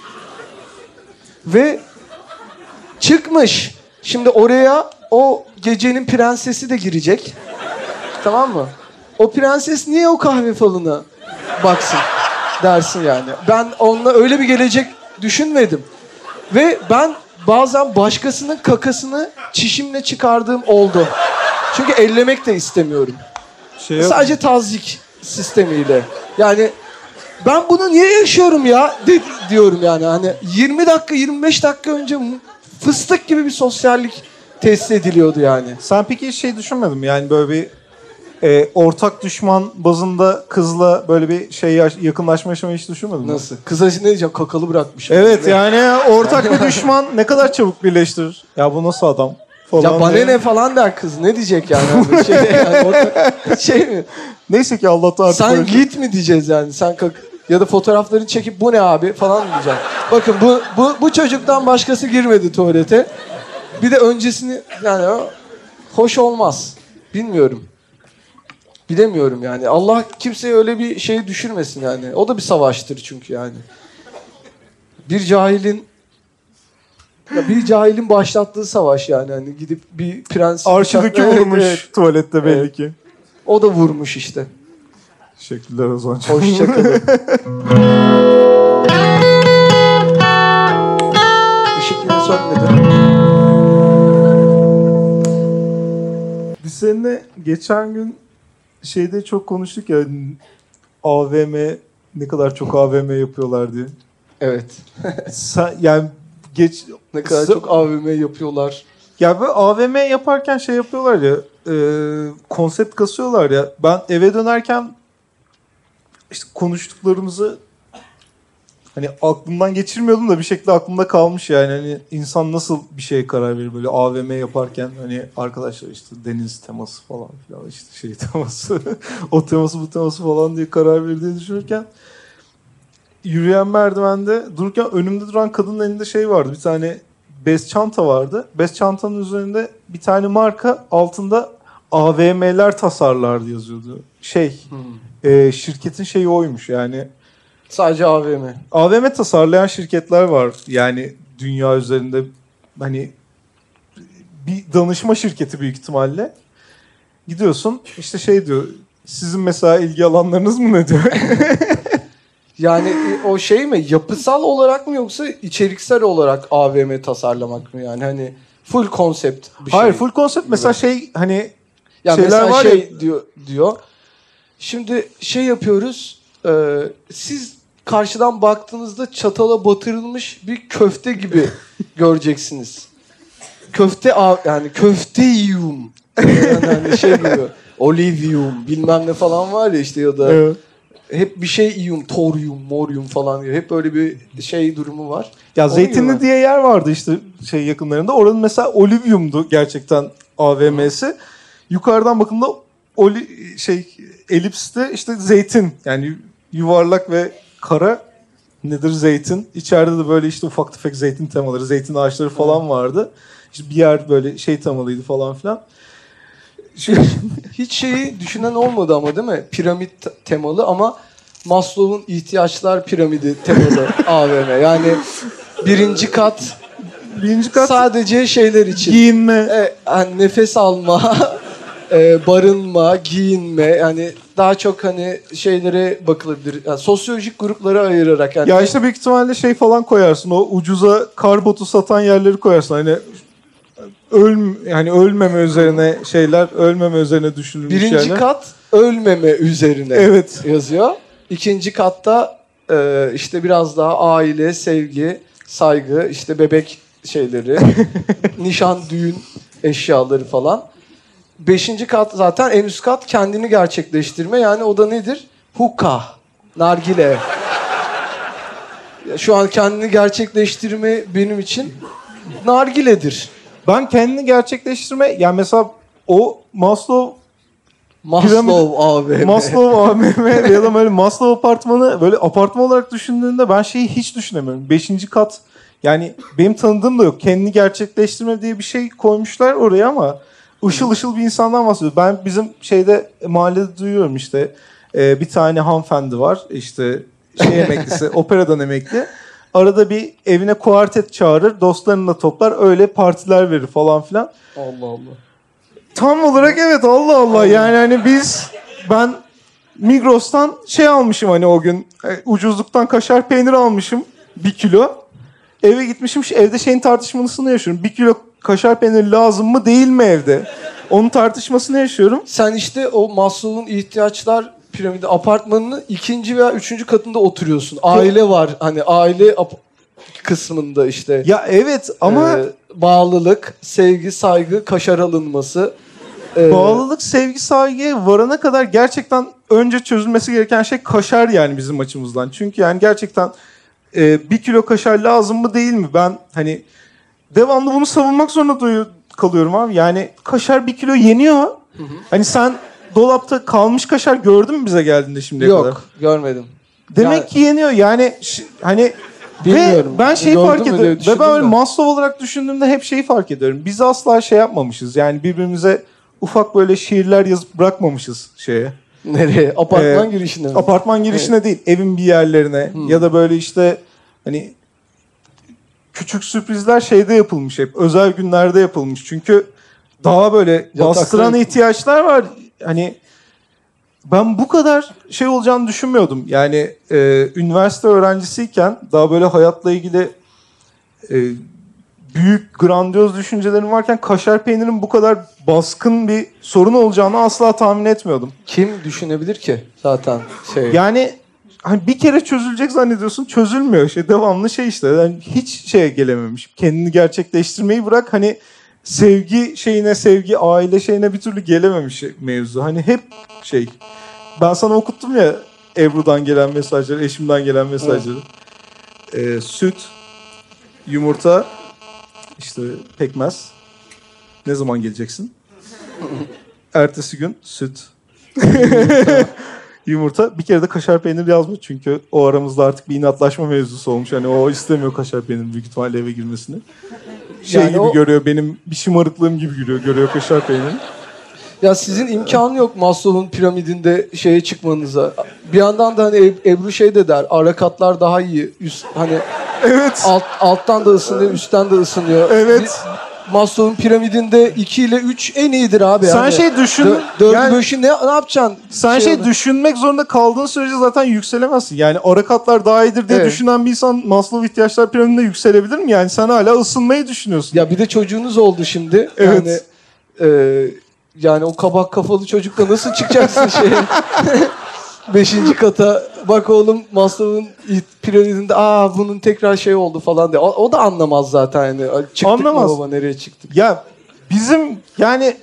A: Ve çıkmış. Şimdi oraya o gecenin prensesi de girecek. Tamam mı? O prenses niye o kahve falına baksın dersin yani. Ben onunla öyle bir gelecek düşünmedim. Ve ben bazen başkasının kakasını çişimle çıkardığım oldu. Çünkü ellemek de istemiyorum. Şey Sadece tazyik sistemiyle. Yani ben bunu niye yaşıyorum ya de, diyorum yani. Hani yirmi dakika yirmi beş dakika önce fıstık gibi bir sosyallik tesis ediliyordu yani.
B: Sen peki hiç şey düşünmedin mi? Yani böyle bir e, ortak düşman bazında kızla böyle bir şey yaş- yakınlaşma yaşamayı hiç düşünmedin mi?
A: Nasıl? Kıza ne diyeceğim? Kakalı bırakmış.
B: Evet yani ortak bir düşman ne kadar çabuk birleştirir. Ya bu nasıl adam? Falan
A: ya bana ne falan der kız. Ne diyecek yani? yani şey, yani ortak, şey mi?
B: Neyse ki Allah'tan artık
A: sen
B: böyle...
A: git mi diyeceğiz yani? Sen kak... Ya da fotoğraflarını çekip bu ne abi falan diyeceksin. Bakın bu, bu, bu çocuktan başkası girmedi tuvalete. Bir de öncesini yani hoş olmaz. Bilmiyorum. Bilemiyorum yani. Allah kimseye öyle bir şey düşürmesin yani. O da bir savaştır çünkü yani. Bir cahilin ya bir cahilin başlattığı savaş yani. Hani gidip bir prens...
B: Arşideki
A: evet,
B: vurmuş
A: evet.
B: tuvalette belli
A: Evet.
B: ki.
A: O da vurmuş işte.
B: Teşekkürler o zaman.
A: Hoşçakalın. Işık yine sönmedi.
B: Biz seninle geçen gün şeyde çok konuştuk ya, A V M ne kadar çok A V M yapıyorlar diye.
A: Evet.
B: Sen, yani geç
A: ne kadar çok A V M yapıyorlar.
B: Ya böyle A V M yaparken şey yapıyorlar ya, e, konsept kasıyorlar ya. Ben eve dönerken işte konuştuklarımızı hani aklımdan geçirmiyordum da bir şekilde aklımda kalmış yani. Hani insan nasıl bir şeye karar verir böyle A V M yaparken, hani arkadaşlar işte deniz teması falan filan, işte şey teması o teması bu teması falan diye karar verir diye düşünürken, yürüyen merdivende dururken önümde duran kadının elinde şey vardı, bir tane bez çanta vardı. Bez çantanın üzerinde bir tane marka, altında A V M'ler tasarlardı yazıyordu. Şey hmm. e, şirketin şeyi oymuş yani.
A: Sadece A V M.
B: A V M tasarlayan şirketler var yani dünya üzerinde, hani bir danışma şirketi büyük ihtimalle. Gidiyorsun işte şey diyor, sizin mesela ilgi alanlarınız mı ne diyor.
A: Yani o şey mi, yapısal olarak mı yoksa içeriksel olarak A V M tasarlamak mı yani, hani full konsept bir şey.
B: Hayır, full konsept mesela şey hani
A: ya şeyler var şey ya, diyor diyor. Şimdi şey yapıyoruz. E, siz karşıdan baktığınızda çatala batırılmış bir köfte gibi göreceksiniz. Köfte yani köfteyum. Yani hani şey gibi. Olivium bilmem ne falan var ya işte, ya da evet. Hep bir şey iyum, toryum, moryum falan diyor. Hep böyle bir şey durumu var.
B: Ya Zeytinli diye yer vardı işte şey yakınlarında. Oranın mesela Olivium'du gerçekten A V M'si. Yukarıdan bakımda oli şey elipste işte zeytin, yani yuvarlak ve kara nedir zeytin. İçeride de böyle işte ufak tefek zeytin temaları, zeytin ağaçları falan evet. vardı. İşte bir yer böyle şey temalıydı falan filan.
A: Hiç şeyi düşünen olmadı ama değil mi? Piramit temalı ama Maslow'un ihtiyaçlar piramidi temalı A V M. Yani birinci kat,
B: birinci kat
A: sadece şeyler için.
B: Giyinme.
A: E, yani nefes alma, e, barınma, giyinme. Yani daha çok hani şeylere bakılabilir. Yani sosyolojik gruplara ayırarak. Yani
B: ya işte büyük ihtimalle şey falan koyarsın. O ucuza kar botu satan yerleri koyarsın. Hani Ölm yani ölmeme üzerine şeyler, ölmeme üzerine düşünülmüş
A: Birinci
B: yerler.
A: Birinci kat ölmeme üzerine evet. yazıyor. İkinci katta e, işte biraz daha aile, sevgi, saygı, işte bebek şeyleri, nişan, düğün eşyaları falan. Beşinci kat zaten en üst kat kendini gerçekleştirme. Yani o da nedir? Hukka, nargile. Şu an kendini gerçekleştirme benim için nargiledir.
B: Ben kendini gerçekleştirme, yani mesela o Maslow
A: Maslow A V M.
B: Maslow A V M ya da böyle Maslow apartmanı böyle apartman olarak düşündüğünde ben şeyi hiç düşünemiyorum. Beşinci kat, yani benim tanıdığım da yok. Kendini gerçekleştirme diye bir şey koymuşlar oraya ama ışıl ışıl bir insandan bahsediyor. Ben bizim şeyde mahallede duyuyorum işte e, bir tane hanımefendi var işte şey emeklisi, operadan emekli. Arada bir evine kuartet çağırır, dostlarını da toplar, öyle partiler verir falan filan.
A: Allah Allah.
B: Tam olarak evet, Allah Allah. Yani hani biz ben Migros'tan şey almışım hani o gün. Ucuzluktan kaşar peynir almışım. Bir kilo. Eve gitmişim. Evde şeyin tartışmasını yaşıyorum. Bir kilo kaşar peynir lazım mı değil mi evde? Onun tartışmasını yaşıyorum.
A: Sen işte o Maslow'un ihtiyaçlar piramidi apartmanının ikinci veya üçüncü katında oturuyorsun. Aile var. Hani aile ap- kısmında işte.
B: Ya evet ama...
A: E, bağlılık, sevgi, saygı, kaşar alınması. E,
B: bağlılık, sevgi, saygıya varana kadar gerçekten önce çözülmesi gereken şey kaşar yani bizim açımızdan. Çünkü yani gerçekten e, bir kilo kaşar lazım mı değil mi? Ben hani devamlı bunu savunmak zorunda duyu- kalıyorum abi. Yani kaşar bir kilo yeniyor. Hı hı. Hani sen dolapta kalmış kaşar gördün mü bize geldiğinde şimdiye
A: Yok,
B: kadar?
A: Yok görmedim.
B: Demek
A: yani,
B: ki yeniyor yani ş- hani...
A: Bilmiyorum.
B: Ve ben şeyi
A: Gördün
B: fark ediyorum. Ve ben öyle
A: mi?
B: Maslow olarak düşündüğümde hep şeyi fark ediyorum. Biz asla şey yapmamışız. Yani birbirimize ufak böyle şiirler yazıp bırakmamışız şeye.
A: Nereye? Apartman
B: Ee,
A: girişine mi?
B: Apartman girişine
A: evet.
B: değil. Evin bir yerlerine.
A: Hmm.
B: Ya da böyle işte hani küçük sürprizler şeyde yapılmış hep. Özel günlerde yapılmış. Çünkü daha böyle bastıran ihtiyaçlar var. Hani ben bu kadar şey olacağını düşünmüyordum. Yani e, üniversite öğrencisiyken daha böyle hayatla ilgili e, büyük, grandiyoz düşüncelerim varken kaşar peynirin bu kadar baskın bir sorun olacağını asla tahmin etmiyordum.
A: Kim düşünebilir ki zaten şey?
B: Yani hani bir kere çözülecek zannediyorsun, çözülmüyor. Şey devamlı şey işte. Yani hiç şeye gelememiş. Kendini gerçekleştirmeyi bırak hani sevgi şeyine, sevgi aile şeyine bir türlü gelememiş mevzu. Hani hep şey. Ben sana okuttum ya Ebru'dan gelen mesajları, eşimden gelen mesajları. Ee, süt, yumurta, işte pekmez. Ne zaman geleceksin? Ertesi gün süt, yumurta. yumurta. Bir kere de kaşar peynir yazma çünkü o aramızda artık bir inatlaşma mevzusu olmuş. Hani o istemiyor kaşar peynir büyük ihtimalle eve girmesini. Şey yani gibi o... görüyor, benim bir şımarıklığım gibi görüyor, görüyor kaşar peynirini.
A: Ya sizin imkanı yok Maslow'un piramidinde şeye çıkmanıza. Bir yandan da hani Ebru şey de der. Ara katlar daha iyi. Üst hani
B: evet.
A: Alt, alttan da ısınıyor, üstten de ısınıyor.
B: Evet.
A: Bir, Maslow'un piramidinde iki ile üç en iyidir abi.
B: Sen
A: yani.
B: şey düşün.
A: Dö- dördü
B: yani,
A: beşi ne, ne yapacaksın?
B: Sen şey, şey düşünmek zorunda kaldığın sürece zaten yükselemezsin. Yani ara katlar daha iyidir diye evet. düşünen bir insan Maslow ihtiyaçlar piramidinde yükselebilir mi? Yani sen hala ısınmayı düşünüyorsun.
A: Ya bir de çocuğunuz oldu şimdi.
B: Evet.
A: Yani, e, yani o kabak kafalı çocukla nasıl çıkacaksın şeye? Beşinci kata bak oğlum Maslow'un piramidinde aa bunun tekrar şey oldu falan diye. O, o da anlamaz zaten yani. Çıktık
B: anlamaz.
A: mı baba nereye çıktık?
B: Ya bizim yani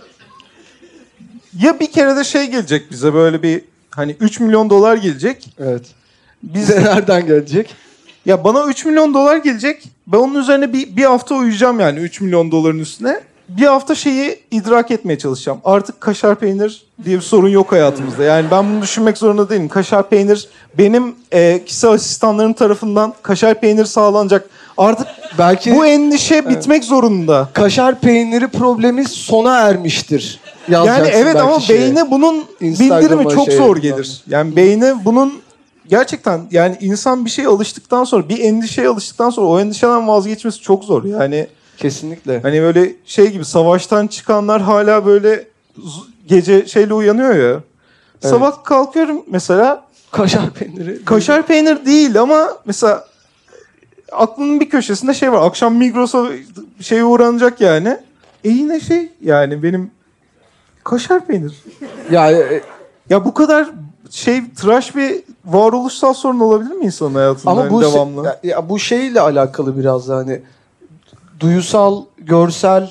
B: ya bir kere de şey gelecek bize böyle bir hani üç milyon dolar gelecek.
A: Evet. Bize nereden gelecek?
B: Ya bana üç milyon dolar gelecek. Ben onun üzerine bir, bir hafta uyuyacağım yani üç milyon doların üstüne. Bir hafta şeyi idrak etmeye çalışacağım. Artık kaşar peynir diye bir sorun yok hayatımızda. Yani ben bunu düşünmek zorunda değilim. Kaşar peynir benim e, kişisel asistanlarım tarafından kaşar peynir sağlanacak. Artık belki bu endişe evet. bitmek zorunda.
A: Kaşar peyniri problemi sona ermiştir.
B: Yani evet ama şeye. Beyne bunun bildirimi çok şey zor gelir. Yani beyne bunun gerçekten yani insan bir şeye alıştıktan sonra bir endişeye alıştıktan sonra o endişeden vazgeçmesi çok zor. Yani
A: kesinlikle.
B: Hani böyle şey gibi savaştan çıkanlar hala böyle gece şeyle uyanıyor ya. Evet. Sabah kalkıyorum mesela.
A: Kaşar peyniri.
B: Kaşar peynir değil ama mesela aklının bir köşesinde şey var. Akşam Migros'a şeye uğranacak yani. E yine şey yani benim kaşar peynir.
A: Ya e,
B: ya bu kadar şey tıraş bir varoluşsal sorun olabilir mi insanın hayatında
A: ama
B: yani
A: bu
B: devamlı?
A: Ya, ya bu şeyle alakalı biraz da hani duyusal, görsel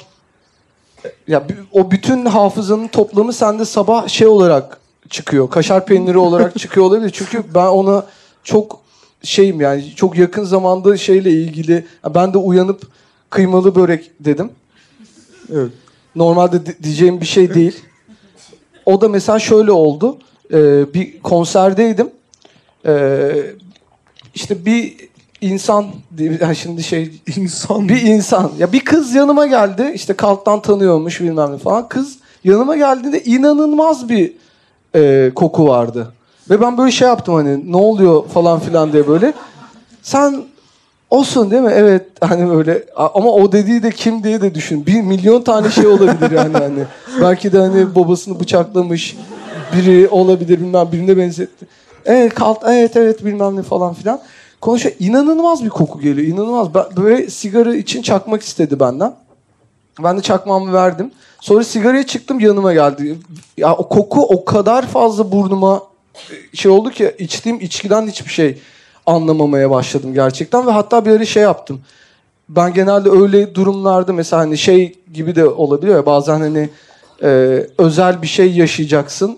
A: ya o bütün hafızanın toplamı sende sabah şey olarak çıkıyor. Kaşar peyniri olarak çıkıyor olabilir. Çünkü ben ona çok şeyim yani çok yakın zamanda şeyle ilgili ben de uyanıp kıymalı börek dedim.
B: Evet.
A: Normalde d- diyeceğim bir şey değil. O da mesela şöyle oldu. Ee, bir konserdeydim. Ee, işte bir insan yani şimdi şey
B: insan
A: bir insan ya bir kız yanıma geldi işte kalktan tanıyormuş bilmem ne falan kız yanıma geldiğinde inanılmaz bir e, koku vardı ve ben böyle şey yaptım hani ne oluyor falan filan diye böyle sen olsun değil mi evet hani böyle ama o dediği de kim diye de düşün bir milyon tane şey olabilir yani hani belki de hani babasını bıçaklamış biri olabilir bilmem birine benzetti. Evet kalt evet evet bilmem ne falan filan. Konuşuyor. İnanılmaz bir koku geliyor. İnanılmaz. Ben, böyle sigara için çakmak istedi benden. Ben de çakmağımı verdim. Sonra sigaraya çıktım yanıma geldi. Ya o koku o kadar fazla burnuma şey oldu ki içtiğim içkiden hiçbir şey anlamamaya başladım gerçekten ve hatta bir ara şey yaptım. Ben genelde öyle durumlarda mesela hani şey gibi de olabiliyor ya bazen hani e, özel bir şey yaşayacaksın.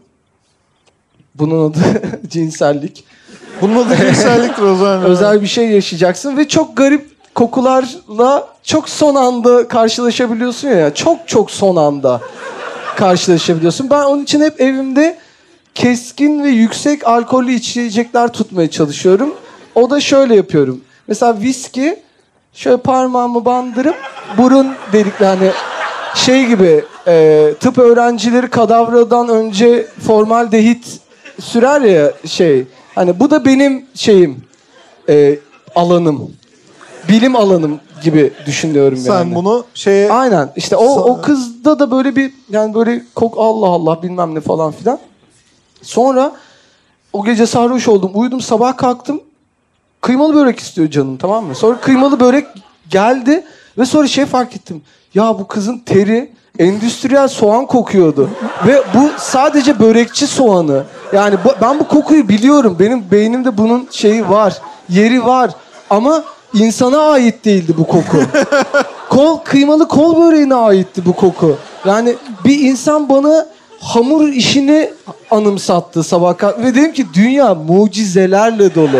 A: Bunun adı cinsellik.
B: Bunun adı cinselliktir o zaman.
A: Özel bir şey yaşayacaksın ve çok garip kokularla çok son anda karşılaşabiliyorsun ya. Çok çok son anda karşılaşabiliyorsun. Ben onun için hep evimde keskin ve yüksek alkollü içecekler tutmaya çalışıyorum. O da şöyle yapıyorum. Mesela viski şöyle parmağımı bandırıp burun delikli hani şey gibi e, tıp öğrencileri kadavradan önce formaldehit sürer ya şey. Hani bu da benim şeyim e, alanım. Bilim alanım gibi düşünüyorum
B: Sen
A: yani.
B: Sen bunu şeye...
A: Aynen. İşte o, o kızda da böyle bir yani böyle kok Allah Allah bilmem ne falan filan. Sonra o gece sarhoş oldum. Uyudum sabah kalktım. Kıymalı börek istiyor canım tamam mı? Sonra kıymalı börek geldi ve sonra şey fark ettim. Ya bu kızın teri endüstriyel soğan kokuyordu. Ve bu sadece börekçi soğanı. Yani bu, ben bu kokuyu biliyorum. Benim beynimde bunun şeyi var. Yeri var. Ama insana ait değildi bu koku. Kol kıymalı kol böreğine aitti bu koku. Yani bir insan bana hamur işini anımsattı sabah kalk ve dedim ki dünya mucizelerle dolu.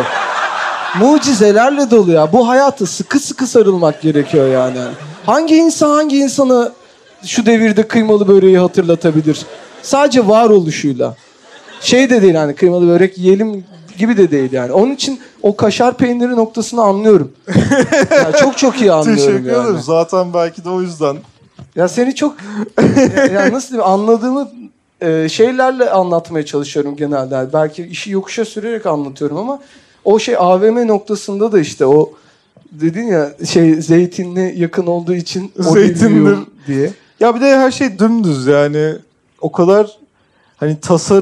A: Mucizelerle dolu ya. Bu hayata sıkı sıkı sarılmak gerekiyor yani. Hangi insan hangi insana şu devirde kıymalı böreği hatırlatabilir? Sadece varoluşuyla. Şey de değil hani kıymalı börek yiyelim gibi de değil yani. Onun için o kaşar peyniri noktasını anlıyorum. Yani çok çok iyi anlıyorum
B: Teşekkür
A: yani.
B: ederim. Zaten belki de o yüzden.
A: Ya seni çok ya, ya nasıl diyeyim anladığımı e, şeylerle anlatmaya çalışıyorum genelde. Yani belki işi yokuşa sürerek anlatıyorum ama o şey A V M noktasında da işte o dedin ya şey zeytinli yakın olduğu için o
B: Zeytindir
A: diye.
B: Ya bir de her şey dümdüz yani. O kadar hani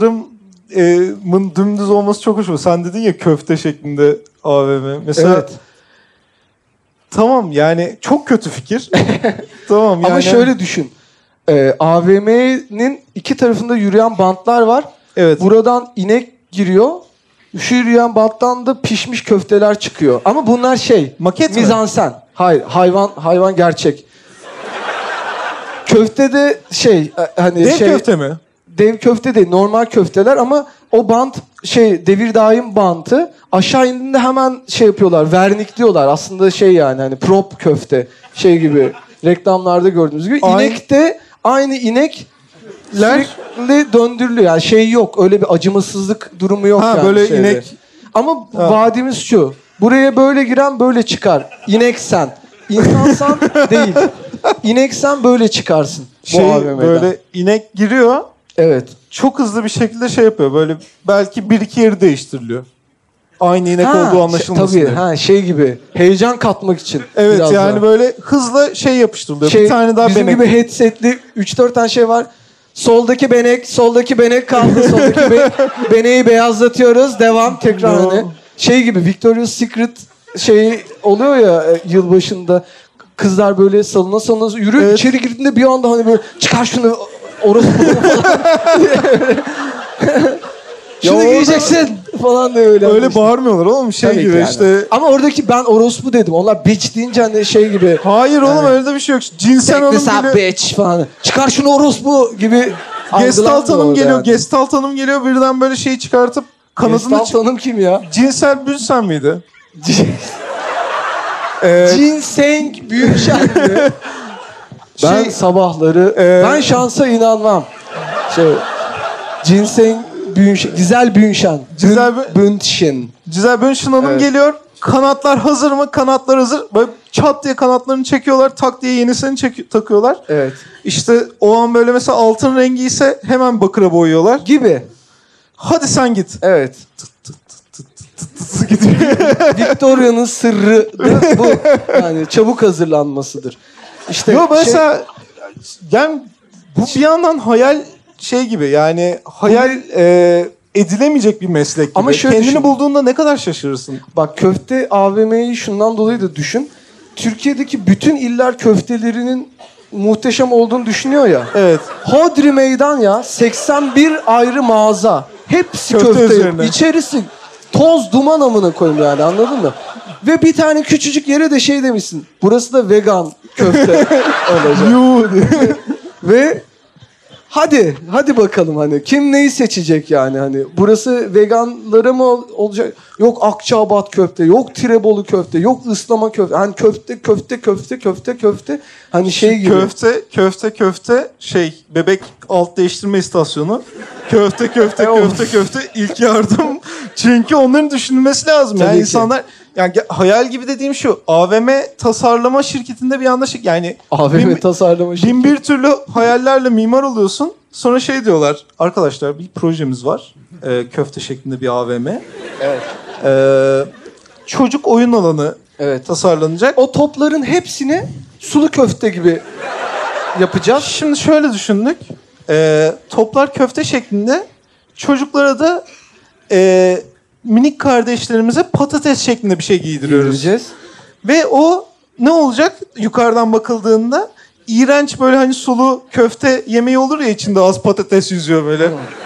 B: tasarımın dümdüz olması çok hoşuma. Sen dedin ya köfte şeklinde A V M. Mesela
A: Evet.
B: Tamam yani çok kötü fikir. Tamam yani.
A: Ama şöyle düşün. Ee, A V M'nin iki tarafında yürüyen bantlar var.
B: Evet.
A: Buradan inek giriyor. Şu yürüyen banttan da pişmiş köfteler çıkıyor. Ama bunlar şey.
B: Maket mi?
A: Mizansen. Hayır, hayvan hayvan gerçek. Köfte de şey hani
B: Dev
A: şey,
B: köfte mi?
A: Dev köfte değil, normal köfteler ama o bant şey devir daim bantı aşağı indiğinde hemen şey yapıyorlar, vernikliyorlar. Aslında şey yani hani prop köfte şey gibi reklamlarda gördüğünüz gibi.
B: Aynı...
A: İnek de aynı inek sürekli döndürülüyor. Yani şey yok, öyle bir acımasızlık durumu yok
B: ha,
A: yani
B: böyle
A: şeyde.
B: inek.
A: Ama
B: ha.
A: vaadimiz şu. Buraya böyle giren böyle çıkar. İneksen. İnsansan değil. İneksen böyle çıkarsın.
B: Şey,
A: bu A V M'den.
B: böyle inek giriyor.
A: Evet.
B: Çok hızlı bir şekilde şey yapıyor. Böyle belki bir iki yeri değiştiriliyor. Aynı inek
A: ha,
B: olduğu anlaşılmasın
A: şey, tabii,
B: diye.
A: ha, şey gibi. Heyecan katmak için.
B: Evet yani
A: daha.
B: böyle hızla şey yapıştırılıyor.
A: Şey,
B: bir tane daha
A: bizim
B: benek.
A: gibi headsetli üç dört tane şey var. Soldaki benek, soldaki benek kaldı. Soldaki be- beneği beyazlatıyoruz. Devam tekrar
B: No.
A: hani. Şey gibi Victoria's Secret şeyi oluyor ya e, yılbaşında. Kızlar böyle salına salına yürü
B: Evet.
A: içeri girdiğinde bir anda hani böyle çıkar şunu orası falan. Şunu
B: orada-
A: giyeceksin falan diye öyle.
B: Öyle
A: işte.
B: bağırmıyorlar oğlum şey
A: Tabii
B: gibi
A: ki yani.
B: işte.
A: Ama oradaki ben orospu dedim. Onlar bitch deyince hani şey gibi.
B: Hayır oğlum
A: Yani.
B: öyle de bir şey yok. Cinsel hanım
A: Teknisel
B: geliyor.
A: bitch falan. Çıkar şunu orospu gibi.
B: Gestalt
A: algılanmıyor
B: hanım
A: orada
B: geliyor.
A: yani.
B: Gestalt hanım geliyor birden böyle şeyi çıkartıp kanadını...
A: Gestalt
B: çık-
A: hanım kim ya?
B: Cinsel Bünsen miydi? ee,
A: Ginseng Büyükşen mi? Ben
B: Şey-
A: sabahları
B: Ee,
A: ben şansa inanmam. Şey Ginseng Büyükşen, Gizel Büyükşen.
B: Gizel
A: Bün-
B: Bü-
A: Bündchen.
B: Cinsel Bünsen hanım
A: Evet.
B: geliyor. Kanatlar hazır mı? Kanatlar hazır. Böyle çat diye kanatlarını çekiyorlar. Tak diye yenisini çek- takıyorlar.
A: Evet.
B: İşte o an böyle mesela altın rengi ise hemen bakıra boyuyorlar.
A: Gibi.
B: Hadi sen git.
A: Evet. Victoria'nın sırrı da bu. Yani çabuk hazırlanmasıdır. İşte
B: Yo
A: şey-
B: mesela yani bu bir yandan hayal şey gibi yani hayal e, edilemeyecek bir meslek gibi.
A: Ama şöyle
B: kendini
A: düşün.
B: bulduğunda ne kadar şaşırırsın.
A: Bak köfte A V M'yi şundan dolayı da düşün. Türkiye'deki bütün iller köftelerinin muhteşem olduğunu düşünüyor ya.
B: Evet.
A: Hodri meydan ya. seksen bir ayrı mağaza. Hepsi
B: Köfte
A: köfte.
B: üzerine.
A: İçerisi toz duman amına koyayım yani, anladın mı? Ve bir tane küçücük yere de şey demişsin. Burası da vegan köfte olacak. Ve hadi hadi bakalım hani kim neyi seçecek yani, hani burası veganlara mı ol- olacak? Yok Akçaabat köfte, yok Tirebolu köfte, yok ıslama köfte. Hani köfte köfte köfte köfte köfte hani şey gibi.
B: Köfte, köfte, köfte şey bebek alt değiştirme istasyonu. Köfte, köfte,
A: E,
B: köfte, köfte ilk yardım. Çünkü onların düşünülmesi lazım.
A: Tabii
B: Yani
A: ki.
B: insanlar yani ge- hayal gibi dediğim şu. A V M tasarlama şirketinde bir anda şey yani
A: A V M
B: bin-
A: tasarlama şirketi.
B: bin bir türlü hayallerle mimar oluyorsun. Sonra şey diyorlar. Arkadaşlar bir projemiz var. Ee, köfte şeklinde bir A V M.
A: Evet.
B: Ee, çocuk oyun alanı
A: Evet.
B: tasarlanacak.
A: O topların hepsini sulu köfte gibi yapacağız.
B: Şimdi şöyle düşündük. Ee, toplar köfte şeklinde. Çocuklara da e, minik kardeşlerimize patates şeklinde bir şey giydiriyoruz.
A: Giydireceğiz.
B: Ve o ne olacak yukarıdan bakıldığında? İğrenç böyle hani sulu köfte yemeği olur ya, içinde az patates yüzüyor böyle.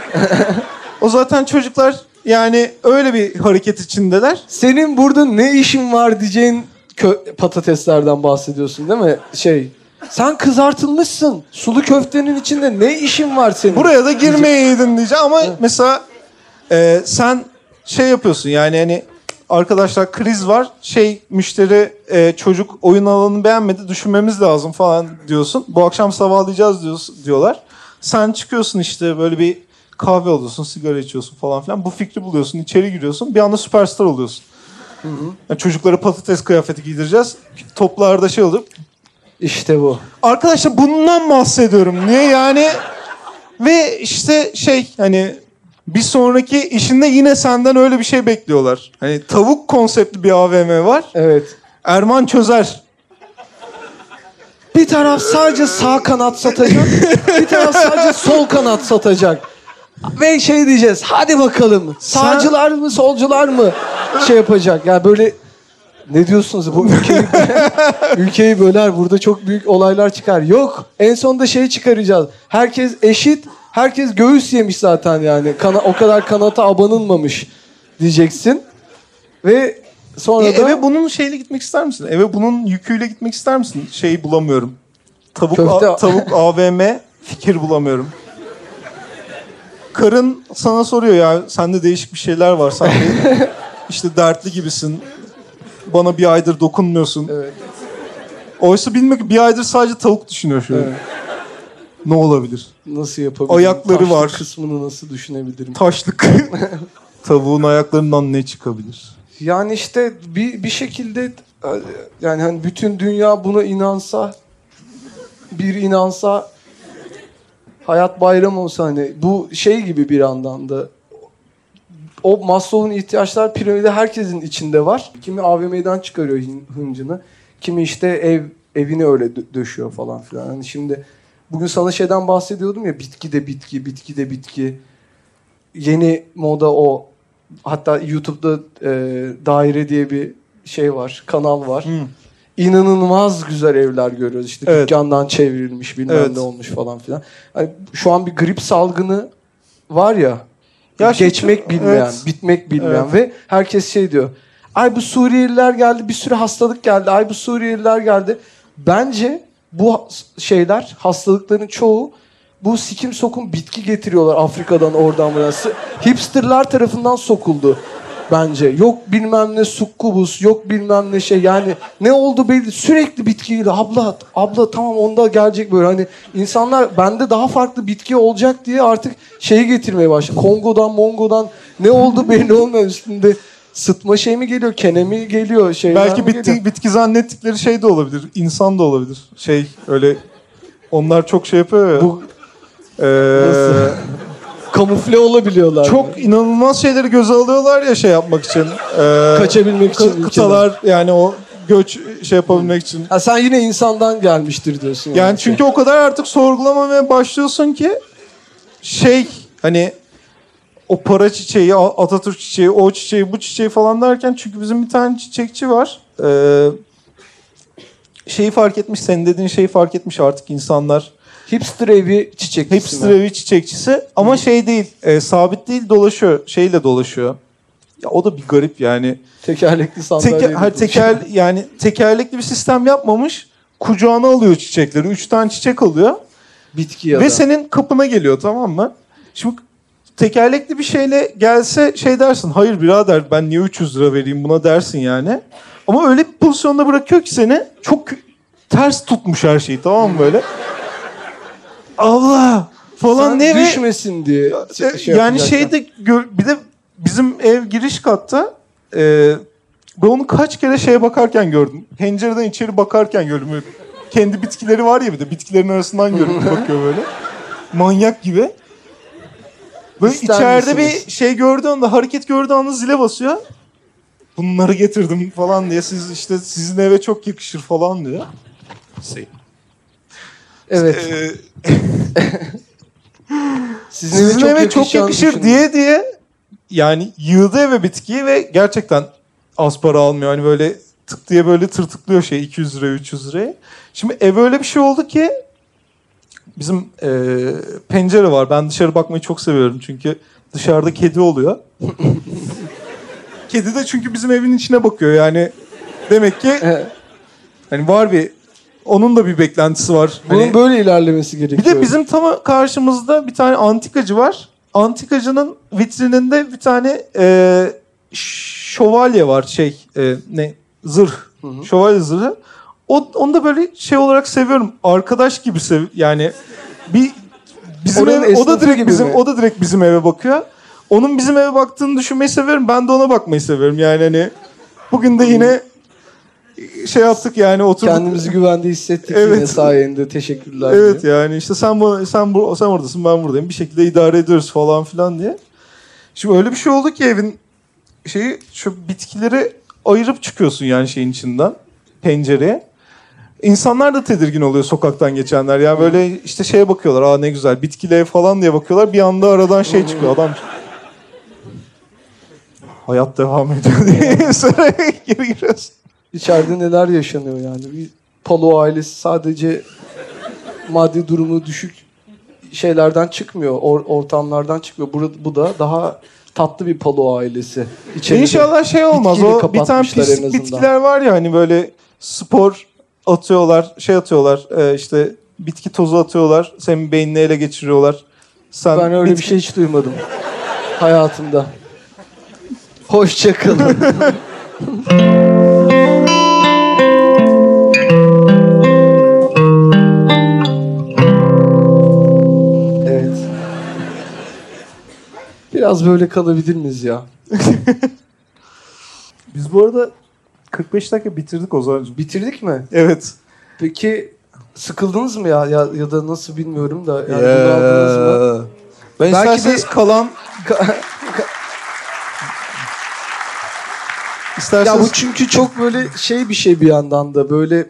B: O zaten çocuklar yani öyle bir hareket içindeler.
A: Senin burada ne işin var diyeceğin kö- patateslerden bahsediyorsun değil mi? Şey, sen kızartılmışsın. Sulu köftenin içinde ne işin var senin?
B: Buraya da girmeyeydin diyeceğim ama mesela e, sen şey yapıyorsun yani hani arkadaşlar kriz var, şey müşteri e, çocuk oyun alanını beğenmedi, düşünmemiz lazım falan diyorsun. Bu akşam sabahlayacağız diyorsun, diyorlar. Sen çıkıyorsun işte böyle bir kahve alıyorsun, sigara içiyorsun falan filan. Bu fikri buluyorsun, içeri giriyorsun. Bir anda süperstar oluyorsun.
A: Hı hı.
B: Yani çocuklara patates kıyafeti giydireceğiz. Toplarda şey olur.
A: İşte bu.
B: Arkadaşlar bundan bahsediyorum. Niye yani? Ve işte şey hani bir sonraki işinde yine senden öyle bir şey bekliyorlar. Hani tavuk konseptli bir A V M var.
A: Evet.
B: Erman çözer.
A: Bir taraf sadece sağ kanat satacak. Bir taraf sadece sol kanat satacak. Ve şey diyeceğiz. Hadi bakalım. Sağcılar mı solcular mı şey yapacak. Yani böyle ne diyorsunuz? Bu ülkeyi, ülkeyi böler. Burada çok büyük olaylar çıkar. Yok. En sonunda şey çıkaracağız. Herkes eşit. Herkes göğüs yemiş zaten yani. Kana, o kadar kanata abanılmamış diyeceksin. Ve sonra
B: E,
A: da
B: eve bunun şeyle gitmek ister misin? Eve bunun yüküyle gitmek ister misin? Şeyi bulamıyorum. Tavuk
A: Köfte-
B: a, tavuk A V M fikir bulamıyorum. Karın sana soruyor ya, sende değişik bir şeyler var sanki. İşte dertli gibisin. Bana bir aydır dokunmuyorsun.
A: Evet.
B: Oysa bilmiyor ki bir aydır sadece tavuk düşünüyor şöyle.
A: Evet.
B: Ne olabilir?
A: Nasıl yapabilirim?
B: Ayakları
A: Taşlı
B: var.
A: kısmını nasıl düşünebilirim?
B: Taşlık. Tavuğun ayaklarından ne çıkabilir?
A: Yani işte bir bir şekilde yani hani bütün dünya buna inansa, bir inansa, hayat bayram olsa, hani bu şey gibi bir yandan da o Maslow'un ihtiyaçlar piramidi herkesin içinde var. Kimi A V M'den çıkarıyor hı- hıncını. Kimi işte ev evini öyle dö- döşüyor falan filan. Hani şimdi bugün sana şeyden bahsediyordum ya, bitki de bitki, bitki de bitki. Yeni moda o. Hatta YouTube'da e, Daire diye bir şey var, kanal var.
B: Hmm.
A: İnanılmaz güzel evler görüyoruz. İşte
B: Evet.
A: dükkandan çevrilmiş, bilmem
B: Evet.
A: ne olmuş falan filan. Hani şu an bir grip salgını var ya.
B: Ya
A: geçmek
B: şimdi-
A: bilmeyen,
B: evet.
A: bitmek bilmeyen
B: Evet.
A: ve herkes şey diyor. Ay bu Suriyeliler geldi, bir sürü hastalık geldi. Ay bu Suriyeliler geldi. Bence bu şeyler, hastalıkların çoğu bu sikim sokum bitki getiriyorlar Afrika'dan, oradan buraya. Hipsterlar tarafından sokuldu bence. Yok bilmem ne sukkubus, yok bilmem ne şey. Yani ne oldu belli. Sürekli bitkiyle abla, abla tamam onda gelecek böyle. Hani insanlar bende daha farklı bitki olacak diye artık şeyi getirmeye başladı. Kongo'dan, Mongo'dan ne oldu belli olmuyor. Üstünde sıtma şey mi geliyor, kene mi geliyor, şeyler
B: Belki
A: mi
B: bitki,
A: geliyor?
B: bitki zannettikleri şey de olabilir. İnsan da olabilir. Şey öyle onlar çok şey yapıyor ya.
A: Bu
B: Ee,
A: nasıl? Kamufle olabiliyorlar.
B: çok inanılmaz şeyleri göze alıyorlar ya şey yapmak için. Ee,
A: Kaçabilmek için
B: kı- Kıtalar yani o göç şey yapabilmek için.
A: Ha, sen yine insandan gelmiştir diyorsun.
B: Yani çünkü o kadar artık sorgulamamaya başlıyorsun ki şey hani o para çiçeği, Atatürk çiçeği, o çiçeği, bu çiçeği falan derken çünkü bizim bir tane çiçekçi var. Ee, şeyi fark etmiş, senin dediğin şeyi fark etmiş artık insanlar.
A: Hipster evi çiçekçisi
B: Hipster
A: mi?
B: evi çiçekçisi ama Hı. şey değil, e, sabit değil, dolaşıyor, şeyle dolaşıyor. Ya o da bir garip yani.
A: Tekerlekli sandalye.
B: Teke, her teker yani tekerlekli bir sistem yapmamış. Kucağına alıyor çiçekleri. Üç tane çiçek alıyor.
A: Bitki ya
B: Ve
A: da.
B: senin kapına geliyor, tamam mı? Şimdi tekerlekli bir şeyle gelse şey dersin. Hayır birader, ben niye üç yüz lira vereyim buna dersin yani. Ama öyle bir pozisyonda bırakıyor ki seni. Çok ters tutmuş her şeyi, tamam mı böyle? Allah falan
A: Sen
B: ne
A: düşmesin diye.
B: Şey yani şeyde gör, bir de bizim ev giriş katta. E, ben onu kaç kere şeye bakarken gördüm. Pencereden içeri bakarken gördüm. Böyle kendi bitkileri var ya, bir de bitkilerin arasından görüp bakıyor böyle. Manyak gibi. Böyle
A: İster
B: içeride
A: misiniz?
B: bir şey gördüğü anda, hareket gördüğü anda zile basıyor. Bunları getirdim falan diye, siz işte sizin eve çok yakışır falan diyor. Şey.
A: Evet.
B: Ee,
A: Sizin,
B: Sizin
A: eve çok,
B: eve çok yakışır
A: düşündüm.
B: diye diye yani yığdı eve bitkiyi ve gerçekten az para almıyor. Hani böyle tık diye böyle tırtıklıyor şey iki yüz lira üç yüz liraya. Şimdi ev öyle bir şey oldu ki bizim e, pencere var. Ben dışarı bakmayı çok seviyorum çünkü dışarıda kedi oluyor. Kedi de çünkü bizim evin içine bakıyor yani. Demek ki hani var bir, onun da bir beklentisi var.
A: Bunun
B: hani,
A: böyle ilerlemesi gerekiyor.
B: bir de bizim tam karşımızda bir tane antikacı var. Antikacının vitrininde bir tane e, şövalye var, şey e, ne zırh, hı hı. Şövalye zırhı. O, onu da böyle şey olarak seviyorum. Arkadaş gibi sev yani bir bizim ev, o da direkt bizim mi? o da direkt bizim eve bakıyor. Onun bizim eve baktığını düşünmeyi seviyorum. Ben de ona bakmayı seviyorum. Yani hani bugün de yine şey yaptık yani, oturduk.
A: Kendimizi güvende hissettik
B: evet.
A: yine sayende. Teşekkürler.
B: Evet diye. Yani işte sen bu, sen bu, sen oradasın, ben buradayım. Bir şekilde idare ediyoruz falan filan diye. Şimdi öyle bir şey oldu ki evin şeyi, şu bitkileri ayırıp çıkıyorsun yani şeyin içinden, pencereye. İnsanlar da tedirgin oluyor, sokaktan geçenler. Yani böyle işte şeye bakıyorlar. Aa ne güzel bitkili ev falan diye bakıyorlar. Bir anda aradan şey çıkıyor. Adam hayat devam ediyor diye sonra geri giriyorsun.
A: İçeride neler yaşanıyor yani. Bir Palo ailesi sadece maddi durumu düşük şeylerden çıkmıyor. Or, ortamlardan çıkmıyor. Bu, bu da daha tatlı bir Palo ailesi. İçeride
B: İnşallah şey olmaz. O bir tane pis bitkiler var ya hani, böyle spor atıyorlar, şey atıyorlar, e, işte bitki tozu atıyorlar. Senin beynini ele geçiriyorlar. Sen
A: ben öyle bitki... bir şey hiç duymadım hayatımda. Hoşça kalın. Evet. Biraz böyle kalabilir miyiz ya?
B: Biz bu arada kırk beş dakika bitirdik Ozan'cığım.
A: Bitirdik mi?
B: Evet.
A: Peki sıkıldınız mı ya ya, ya da nasıl bilmiyorum da yani bunu aldınız mı?
B: Ben belki isterseniz de... kalan
A: İsterseniz... Ya bu çünkü çok böyle şey bir şey bir yandan da böyle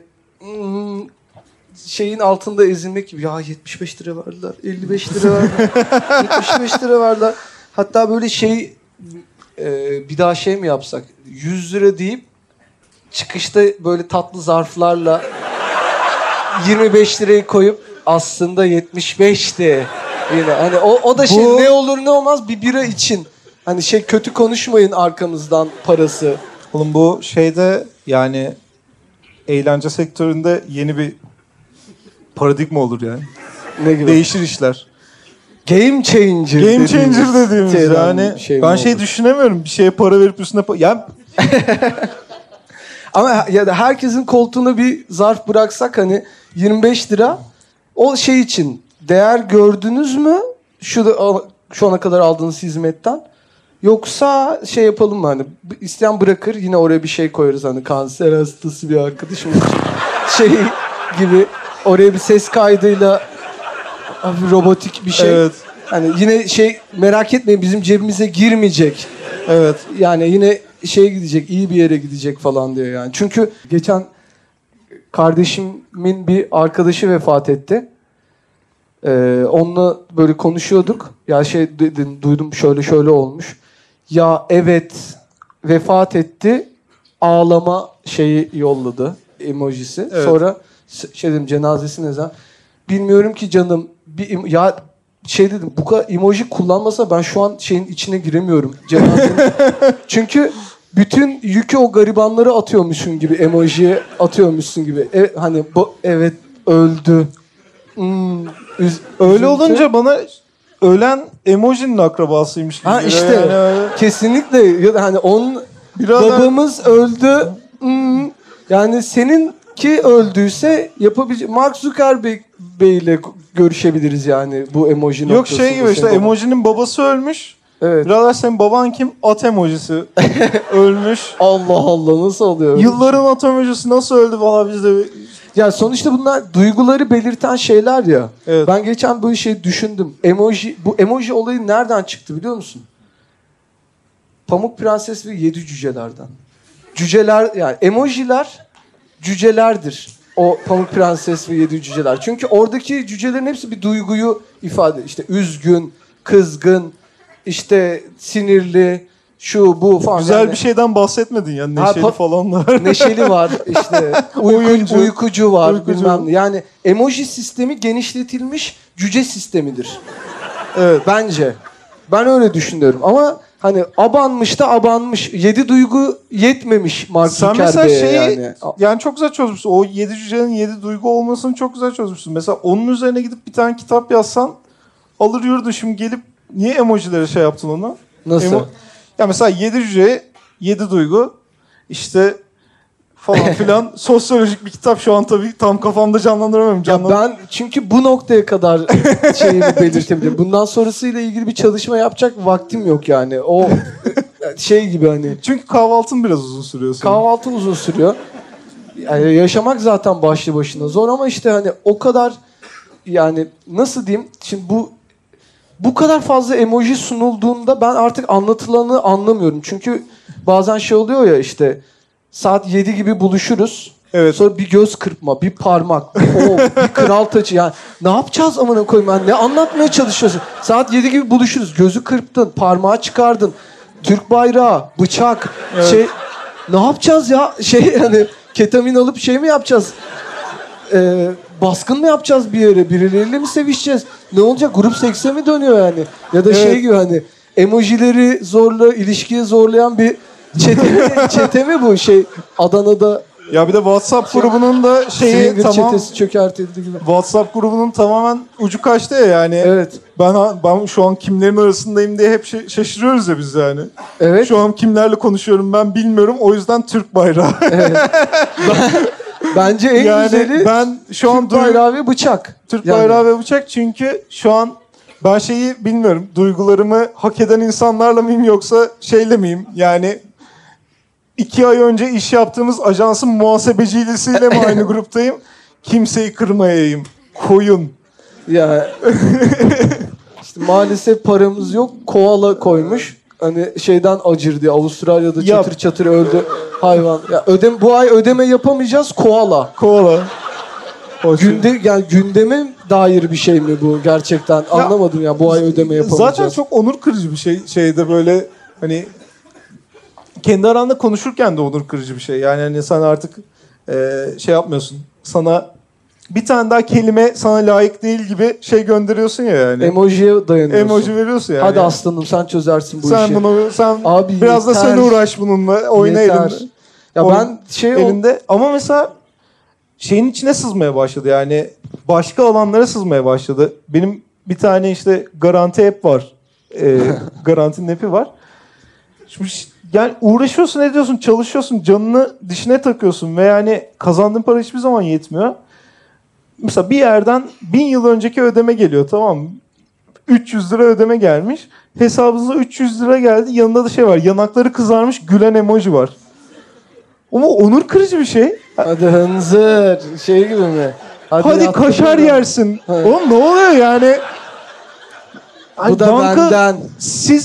A: şeyin altında ezilmek gibi. Ya yetmiş beş lira verdiler, elli beş lira verdiler, yetmiş beş lira verdiler. Hatta böyle şey e, bir daha şey mi yapsak? yüz lira deyip çıkışta böyle tatlı zarflarla yirmi beş lirayı koyup aslında yetmiş beşti. Yine hani o o da şey bu... ne olur ne olmaz bir bira için. Hani şey kötü konuşmayın arkamızdan parası.
B: Oğlum bu şeyde yani eğlence sektöründe yeni bir paradigma olur yani. Ne gibi? Değişir işler.
A: Game changer.
B: Game changer dediğimiz yani. Şey ben şey olur? Düşünemiyorum. Bir şeye para verip üstüne pa- ya
A: ama ya da herkesin koltuğuna bir zarf bıraksak hani yirmi beş lira o şey için değer gördünüz mü? Şu da şu ana kadar aldığınız hizmetten. Yoksa şey yapalım mı hani isteyen bırakır yine oraya bir şey koyarız hani kanser hastası bir arkadaşımız şey gibi oraya bir ses kaydıyla bir robotik bir şey.
B: Evet.
A: Hani yine şey merak etmeyin bizim cebimize girmeyecek.
B: Evet.
A: Yani yine şey gidecek iyi bir yere gidecek falan diyor yani. Çünkü geçen kardeşimin bir arkadaşı vefat etti. Ee, onunla böyle konuşuyorduk. Ya şey dedim, duydum şöyle şöyle olmuş. Ya evet, vefat etti. Ağlama şeyi yolladı, emojisi.
B: Evet.
A: Sonra şey dedim, cenazesi ne zaman? Bilmiyorum ki canım. Bir, ya şey dedim, bu kadar emoji kullanmasa ben şu an şeyin içine giremiyorum. Cenazenin. Çünkü bütün yükü o garibanları atıyormuşsun gibi, emojiye atıyormuşsun gibi. E, hani bu evet öldü. Hmm, üz-
B: Öyle
A: üzüntü.
B: olunca bana ölen emojinin akrabasıymış gibi.
A: Ha
B: geliyor.
A: işte
B: Yani öyle.
A: kesinlikle ya da hani onun
B: Birader-
A: babamız öldü. Hmm, yani seninki öldüyse yapabilecek. Mark Zuckerberg Bey ile görüşebiliriz yani bu emoji
B: Yok
A: noktasında.
B: şey gibi işte
A: senin baban.
B: emojinin babası ölmüş.
A: Evet.
B: Birader senin baban kim? At emojisi ölmüş.
A: Allah Allah, nasıl oluyor? öyle bir
B: Yılların at emojisi nasıl öldü valla biz de...
A: şey? Ya sonuçta bunlar duyguları belirten şeyler ya.
B: Evet.
A: Ben geçen böyle şey düşündüm. Emoji, bu emoji olayı nereden çıktı biliyor musun? Pamuk Prenses ve Yedi Cücelerden. Cüceler, yani emojiler cücelerdir. O Pamuk Prenses ve Yedi Cüceler. Çünkü oradaki cücelerin hepsi bir duyguyu ifade. İşte üzgün, kızgın, işte sinirli, şu bu falan.
B: Güzel
A: Yani
B: bir şeyden bahsetmedin yani
A: Ha,
B: neşeli
A: pa-
B: falan da.
A: neşeli var, işte uyku,
B: Oyuncu.
A: uykucu var,
B: Uykucu.
A: bilmem ne. Yani emoji sistemi genişletilmiş cüce sistemidir.
B: Evet.
A: Bence. Ben öyle düşünüyorum ama hani abanmış da abanmış. Yedi duygu yetmemiş Mark
B: Sen
A: Zuckerberg'e
B: mesela şeyi
A: yani.
B: yani. çok güzel çözmüşsün. O yedi cücenin yedi duygu olmasını çok güzel çözmüşsün. Mesela onun üzerine gidip bir tane kitap yazsan alır yürüdü. Şimdi gelip niye emojilere şey yaptın onu?
A: Nasıl?
B: Emo- ya mesela yedi cüce, yedi duygu işte falan filan sosyolojik bir kitap şu an tabii tam kafamda canlandıramıyorum.
A: Ya
B: Canlan-
A: ben çünkü bu noktaya kadar şeyimi belirtebilirim. Bundan sonrasıyla ilgili bir çalışma yapacak vaktim yok yani. O şey gibi hani
B: Çünkü kahvaltın biraz uzun sürüyor senin.
A: kahvaltı uzun sürüyor. Yani yaşamak zaten başlı başına zor ama işte hani o kadar, yani nasıl diyeyim? Şimdi bu bu kadar fazla emoji sunulduğunda ben artık anlatılanı anlamıyorum. Çünkü bazen şey oluyor ya, işte saat yedi gibi buluşuruz.
B: Evet.
A: Sonra bir göz kırpma, bir parmak, bir o, bir kral taçı. Yani ne yapacağız amına koyayım, yani ne anlatmaya çalışıyorsun? Saat yedi gibi buluşuruz. Gözü kırptın, parmağı çıkardın. Türk bayrağı, bıçak,
B: Evet.
A: şey, ne yapacağız ya? Şey yani ketamin alıp şey mi yapacağız? Ee, baskın mı yapacağız bir yere? Birileriyle mi sevişeceğiz? Ne olacak? Grup sekse mi dönüyor yani? Ya da
B: Evet.
A: şey gibi hani emojileri zorla, ilişkiye zorlayan bir çete mi, çete mi bu şey Adana'da
B: Ya bir de WhatsApp grubunun da şeyi
A: Swinger
B: tamam.
A: çetesi çökertildi gibi.
B: WhatsApp grubunun tamamen ucu kaçtı ya yani.
A: Evet.
B: Ben ben şu an kimlerin arasındayım diye hep şa- şaşırıyoruz ya biz yani.
A: Evet.
B: Şu an kimlerle konuşuyorum ben bilmiyorum. O yüzden Türk bayrağı.
A: Bence en
B: yani
A: güzeli
B: ben şu an
A: Türk
B: duy-
A: bayrağı ve bıçak.
B: Türk
A: Yani.
B: bayrağı ve bıçak çünkü şu an ben şeyi bilmiyorum. Duygularımı hak eden insanlarla mıyım yoksa şeyle miyim? Yani iki ay önce iş yaptığımız ajansın muhasebecisiyle mi aynı gruptayım? Kimseyi kırmayayım. Koyun.
A: Ya işte maalesef paramız yok. Koala koymuş. Hani şeyden acır diye Avustralya'da
B: Yap.
A: çatır çatır öldü hayvan. Ya ödem bu ay ödeme yapamayacağız, koala.
B: Koala. Hoş.
A: Günde yani gündeme dair bir şey mi bu gerçekten? Anlamadım ya, bu ay ödeme yapamayacağız.
B: Zaten çok onur kırıcı bir şey şeyde böyle hani kendi aranda konuşurken de onur kırıcı bir şey. Yani hani sen artık e, şey yapmıyorsun. Sana bir tane daha kelime sana layık değil gibi şey gönderiyorsun ya yani.
A: Emojiye dayanıyorsun.
B: Emoji veriyorsun yani.
A: Hadi aslanım sen çözersin bu
B: sen
A: işi.
B: bunu sen
A: Abi
B: biraz
A: yeter.
B: da sen uğraş bununla. Oyna
A: Yeter.
B: elinde.
A: Ya
B: Oyun-
A: ben şey o-
B: elinde ama mesela şeyin içine sızmaya başladı yani başka alanlara sızmaya başladı. Benim bir tane işte garanti app var. Ee, garantinin app'i var. Şimdi ş- yani uğraşıyorsun ediyorsun çalışıyorsun canını dişine takıyorsun ve yani kazandığın para hiçbir zaman yetmiyor. Mesela bir yerden bin yıl önceki ödeme geliyor tamam mı? üç yüz lira ödeme gelmiş. Hesabınıza üç yüz lira geldi. Yanında da şey var. Yanakları kızarmış gülen emoji var. Ama onur kırıcı bir şey.
A: Hadi hınzır şey gibi mi?
B: Hadi,
A: yattı
B: kaşar
A: burada.
B: yersin.
A: Evet.
B: Oğlum ne oluyor yani? Ay,
A: Bu da
B: banka-
A: benden.
B: Siz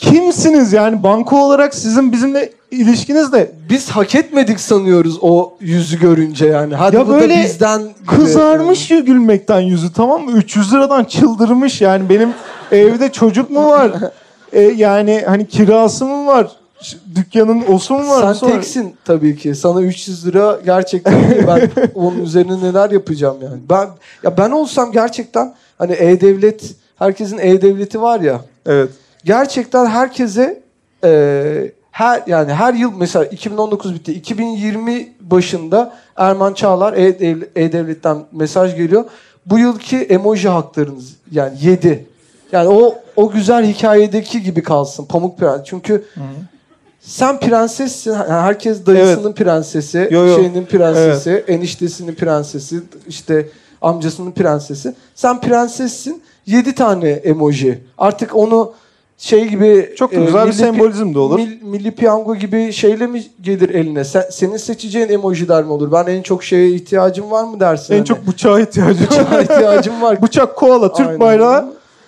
B: kimsiniz yani banka olarak sizin bizimle ilişkiniz de
A: Biz hak etmedik sanıyoruz o yüzü görünce yani. Hadi
B: ya
A: bu da
B: böyle
A: bizden gibi.
B: kızarmış ya gülmekten yüzü, tamam mı? üç yüz liradan çıldırmış yani. Benim evde çocuk mu var? E, yani hani kirası mı var? Ş- Dükkanın osu mu var?
A: Sen
B: busu var?
A: teksin tabii ki. Sana üç yüz lira gerçekten değil. Ben onun üzerine neler yapacağım yani. Ben ya ben olsam gerçekten hani e-devlet, herkesin e-devleti var ya.
B: Evet.
A: Gerçekten herkese e, her yani her yıl mesela iki bin on dokuz bitti. iki bin yirmi başında Erman Çağlar e-Devlet, e-Devlet'ten mesaj geliyor. Bu yılki emoji haklarınız yani yedi. Yani o o güzel hikayedeki gibi kalsın. Pamuk Prens. Çünkü
B: Hı-hı.
A: sen prensessin. Yani herkes dayısının
B: Evet.
A: prensesi,
B: Yo, yo.
A: şeyinin prensesi, eniştesinin prensesi, işte amcasının prensesi. Sen prensessin. Yedi tane emoji. Artık onu şey gibi...
B: Çok da güzel bir
A: milli
B: sembolizm de olur.
A: Mil, milli piyango gibi şeyle mi gelir eline? Sen, senin seçeceğin emojiler mi olur? Ben en çok şeye ihtiyacım var mı dersin?
B: En
A: hani?
B: çok bıçağa ihtiyacım
A: Bıçağa ihtiyacım var.
B: Bıçak, koala, Türk
A: Aynen.
B: bayrağı.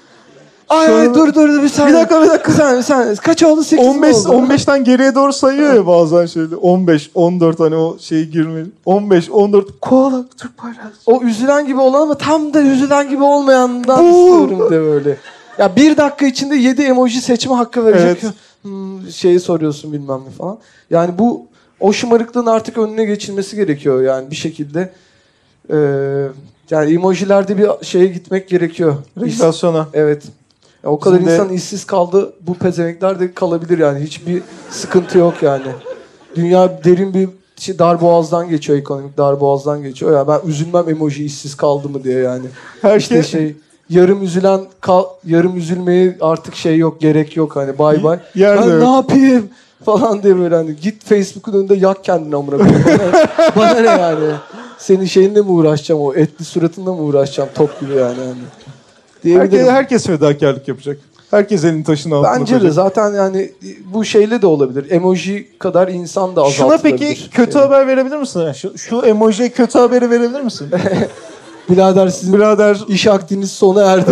A: Ay, ay dur dur dur bir saniye.
B: Bir dakika bir dakika.
A: Bir saniye, bir saniye. Kaç oldu? sekiz
B: on beş
A: mi oldu?
B: on beşten geriye doğru sayıyor ya bazen şöyle. on beş on dört hani o şeyi girmeli. on beş on dört koala, Türk bayrağı.
A: O üzülen gibi olan ama tam da üzülen gibi olmayandan
B: Oo.
A: istiyorum de böyle. Ya bir dakika içinde yedi emoji seçme hakkı verecek.
B: Evet.
A: Hmm, şeyi soruyorsun bilmem ne falan. Yani bu o şımarıklığın artık önüne geçilmesi gerekiyor yani bir şekilde. Ee, yani emojilerde bir şeye gitmek gerekiyor.
B: Regülasyona.
A: Evet. Ya o kadar
B: Bizim de-
A: insan işsiz kaldı. Bu pezevenkler de kalabilir yani. Hiçbir sıkıntı yok yani. Dünya derin bir şey, darboğazdan geçiyor, ekonomik darboğazdan geçiyor. Ya ben üzülmem emoji işsiz kaldı mı diye yani.
B: Her
A: İşte
B: şey
A: şey yarım üzülen kal, yarım üzülmeye artık şey yok, gerek yok hani bay bay.
B: Yer de
A: Ben
B: yok.
A: ne yapayım falan diye böyle hani git Facebook'un önünde yak kendini amına koyayım. Bana, bana ne yani? Senin şeyinle mi uğraşacağım, o etli suratınla mı uğraşacağım top gibi yani. yani. Diyebilirim.
B: herkes, herkes fedakarlık yapacak. Herkes elini taşın altına
A: Bence de
B: koyacak.
A: zaten yani bu şeyle de olabilir. Emoji kadar insan da azaltılabilir.
B: Şuna peki kötü
A: Şey.
B: haber verebilir misin? Şu, şu emojiye kötü haberi verebilir misin?
A: Birader sizin
B: Birader
A: iş akdiniz sona erdi.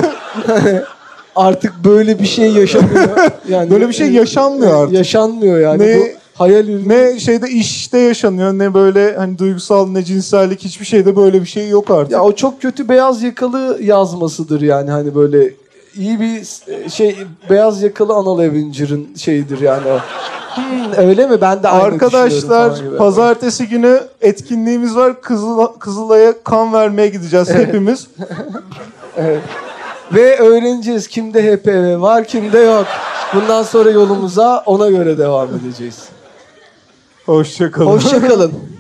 A: Artık böyle bir şey yaşamıyor. Yani
B: Böyle bir şey yaşanmıyor artık.
A: Yaşanmıyor yani.
B: Ne-
A: Bu hayal ürünü.
B: ne şeyde işte yaşanıyor ne böyle hani duygusal ne cinsellik hiçbir şeyde böyle bir şey yok artık.
A: Ya o çok kötü beyaz yakalı yazmasıdır yani hani böyle iyi bir şey beyaz yakalı Anal Avenger'ın şeyidir yani o. Hmm, öyle mi? Ben de aynı düşünüyorum
B: Arkadaşlar
A: falan gibi.
B: pazartesi günü etkinliğimiz var. Kızıl, Kızılay'a kan vermeye gideceğiz hepimiz.
A: Evet. Ve öğreneceğiz kimde H P V var kimde yok. Bundan sonra yolumuza ona göre devam edeceğiz.
B: Hoşça kalın.
A: Hoşça kalın.